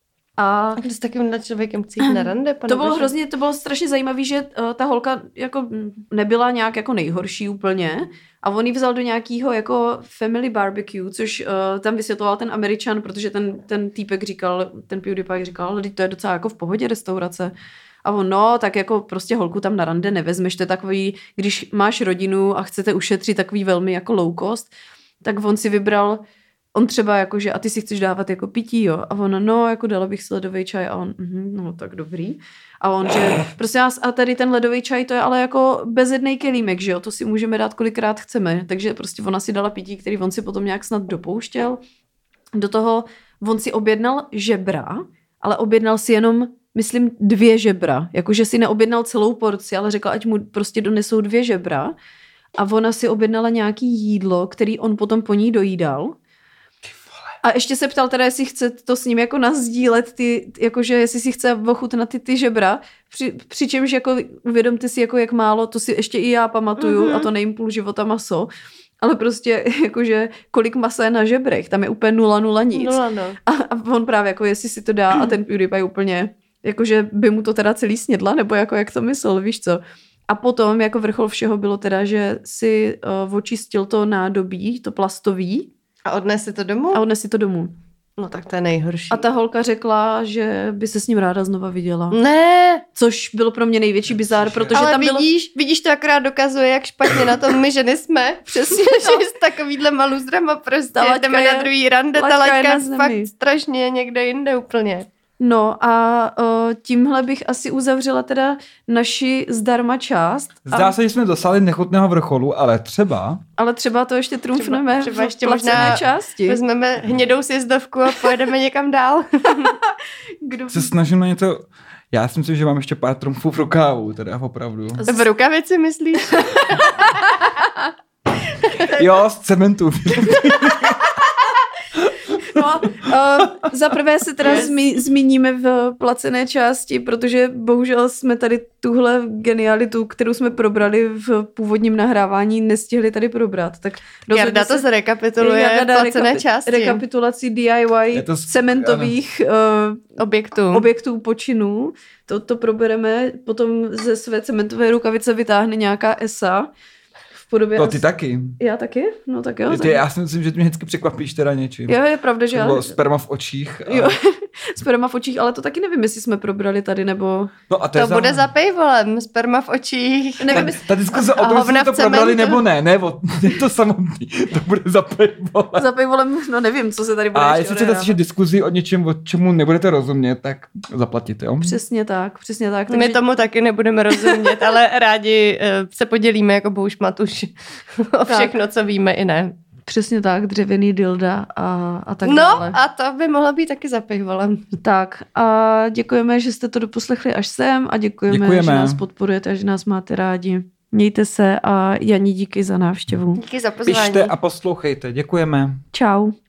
a A když s takovým člověkem chci jít na rande, pane to bylo bože. hrozně, to bylo strašně zajímavé, že uh, ta holka jako nebyla nějak jako nejhorší úplně a on ji vzal do nějakého jako family barbecue, což uh, tam vysvětloval ten Američan, protože ten, ten týpek říkal, ten PewDiePie říkal, to je docela jako v pohodě restaurace. A on, no, tak jako prostě holku tam na rande nevezmeš, to je takový, když máš rodinu a chcete ušetřit takový velmi jako low cost, tak on si vybral, on třeba jako, že a ty si chceš dávat jako pití, jo. A on, no, jako dala bych si ledový čaj a on, mm, no, tak dobrý. A on, že prostě nás, a tady ten ledový čaj, to je ale jako bezednej kelímek, že jo, to si můžeme dát kolikrát chceme. Takže prostě ona si dala pití, který on si potom nějak snad dopouštěl. Do toho on si objednal žebra, ale objednal si jenom myslím dvě žebra, jakože si neobjednal celou porci, ale řekla, ať mu prostě donesou dvě žebra a ona si objednala nějaký jídlo, který on potom po ní dojídal. A ještě se ptal teda, jestli chce to s ním jako nazdílet, ty, jakože jestli si chce ochutnat ty, ty žebra, při, přičemž jako uvědomte si, jako jak málo, to si ještě i já pamatuju, mm-hmm. a to nejím půl života maso, ale prostě jakože kolik masa je na žebrech, tam je úplně nula, nula nic. Nula, no. a, a on právě jako jestli si to dá a ten PewDiePie úplně jakože by mu to teda celý snědla, nebo jako jak to myslel, víš co. A potom jako vrchol všeho bylo teda, že si uh, očistil to nádobí, to plastový. A odnes si to domů? A odnes si to domů. No tak to je nejhorší. A ta holka řekla, že by se s ním ráda znova viděla. Ne. Což byl pro mě největší bizár, protože ale tam bylo... vidíš, vidíš, to akorát dokazuje, jak špatně na tom my ženy jsme. Přesně, no. Že s takovýhle maluzdrama prostě Ta jdeme je, na druhý rande, ta laťka je fakt strašně někde jinde úplně. No a uh, tímhle bych asi uzavřela teda naši zdarma část. Zdá a... se, že jsme dosáhli nechutného vrcholu, ale třeba... Ale třeba to ještě trumfneme třeba, třeba ještě v možná části. Vezmeme hnědou sjezdovku a pojedeme někam dál. Kdo... Se snažím na něco... Já si myslím, že mám ještě pár trumfů v rukávu, teda opravdu. V rukavici myslíš? Jo, z cementu. No, uh, za prvé se teda yes. zmi, zmíníme v placené části, protože bohužel jsme tady tuhle genialitu, kterou jsme probrali v původním nahrávání, nestihli tady probrat. Tak Jarda to zrekapituluje v placené rekapi- části. Rekapitulaci D I Y to, cementových uh, objektů. objektů počinů. To, to probereme, potom ze své cementové rukavice vytáhne nějaká esa. V podobě no as... ty taky. Já taky? No tak jo. Ty, tak... Já si myslím, že ty mě vždycky překvapíš teda něčím. Jo, je pravda, že Nebo já... sperma v očích. A... Jo, sperma v očích, ale to taky nevím, jestli jsme probrali tady, nebo... No a to, to za... bude za pejvolem, sperma v očích. Nevím, ta, ta diskuze o tom, jestli to probrali nebo ne, ne, o, je to samotný, to bude za pejvolem. Za pejvolem, no nevím, co se tady bude a ještě jestli chcete slyšet diskuzi o něčem, o čemu nebudete rozumět, tak zaplatit, jo? Přesně tak, přesně tak. Takže... My tomu taky nebudeme rozumět, ale rádi uh, se podělíme jako Bouš Matuš o všechno, co víme i ne. Přesně tak, dřevěný dilda a, a tak no, dále. No a to by mohlo být taky za pejvolem. Tak a děkujeme, že jste to doposlechli až sem a děkujeme, děkujeme, že nás podporujete a že nás máte rádi. Mějte se a Jani, díky za návštěvu. Díky za pozvání. Pište a poslouchejte, děkujeme. Čau.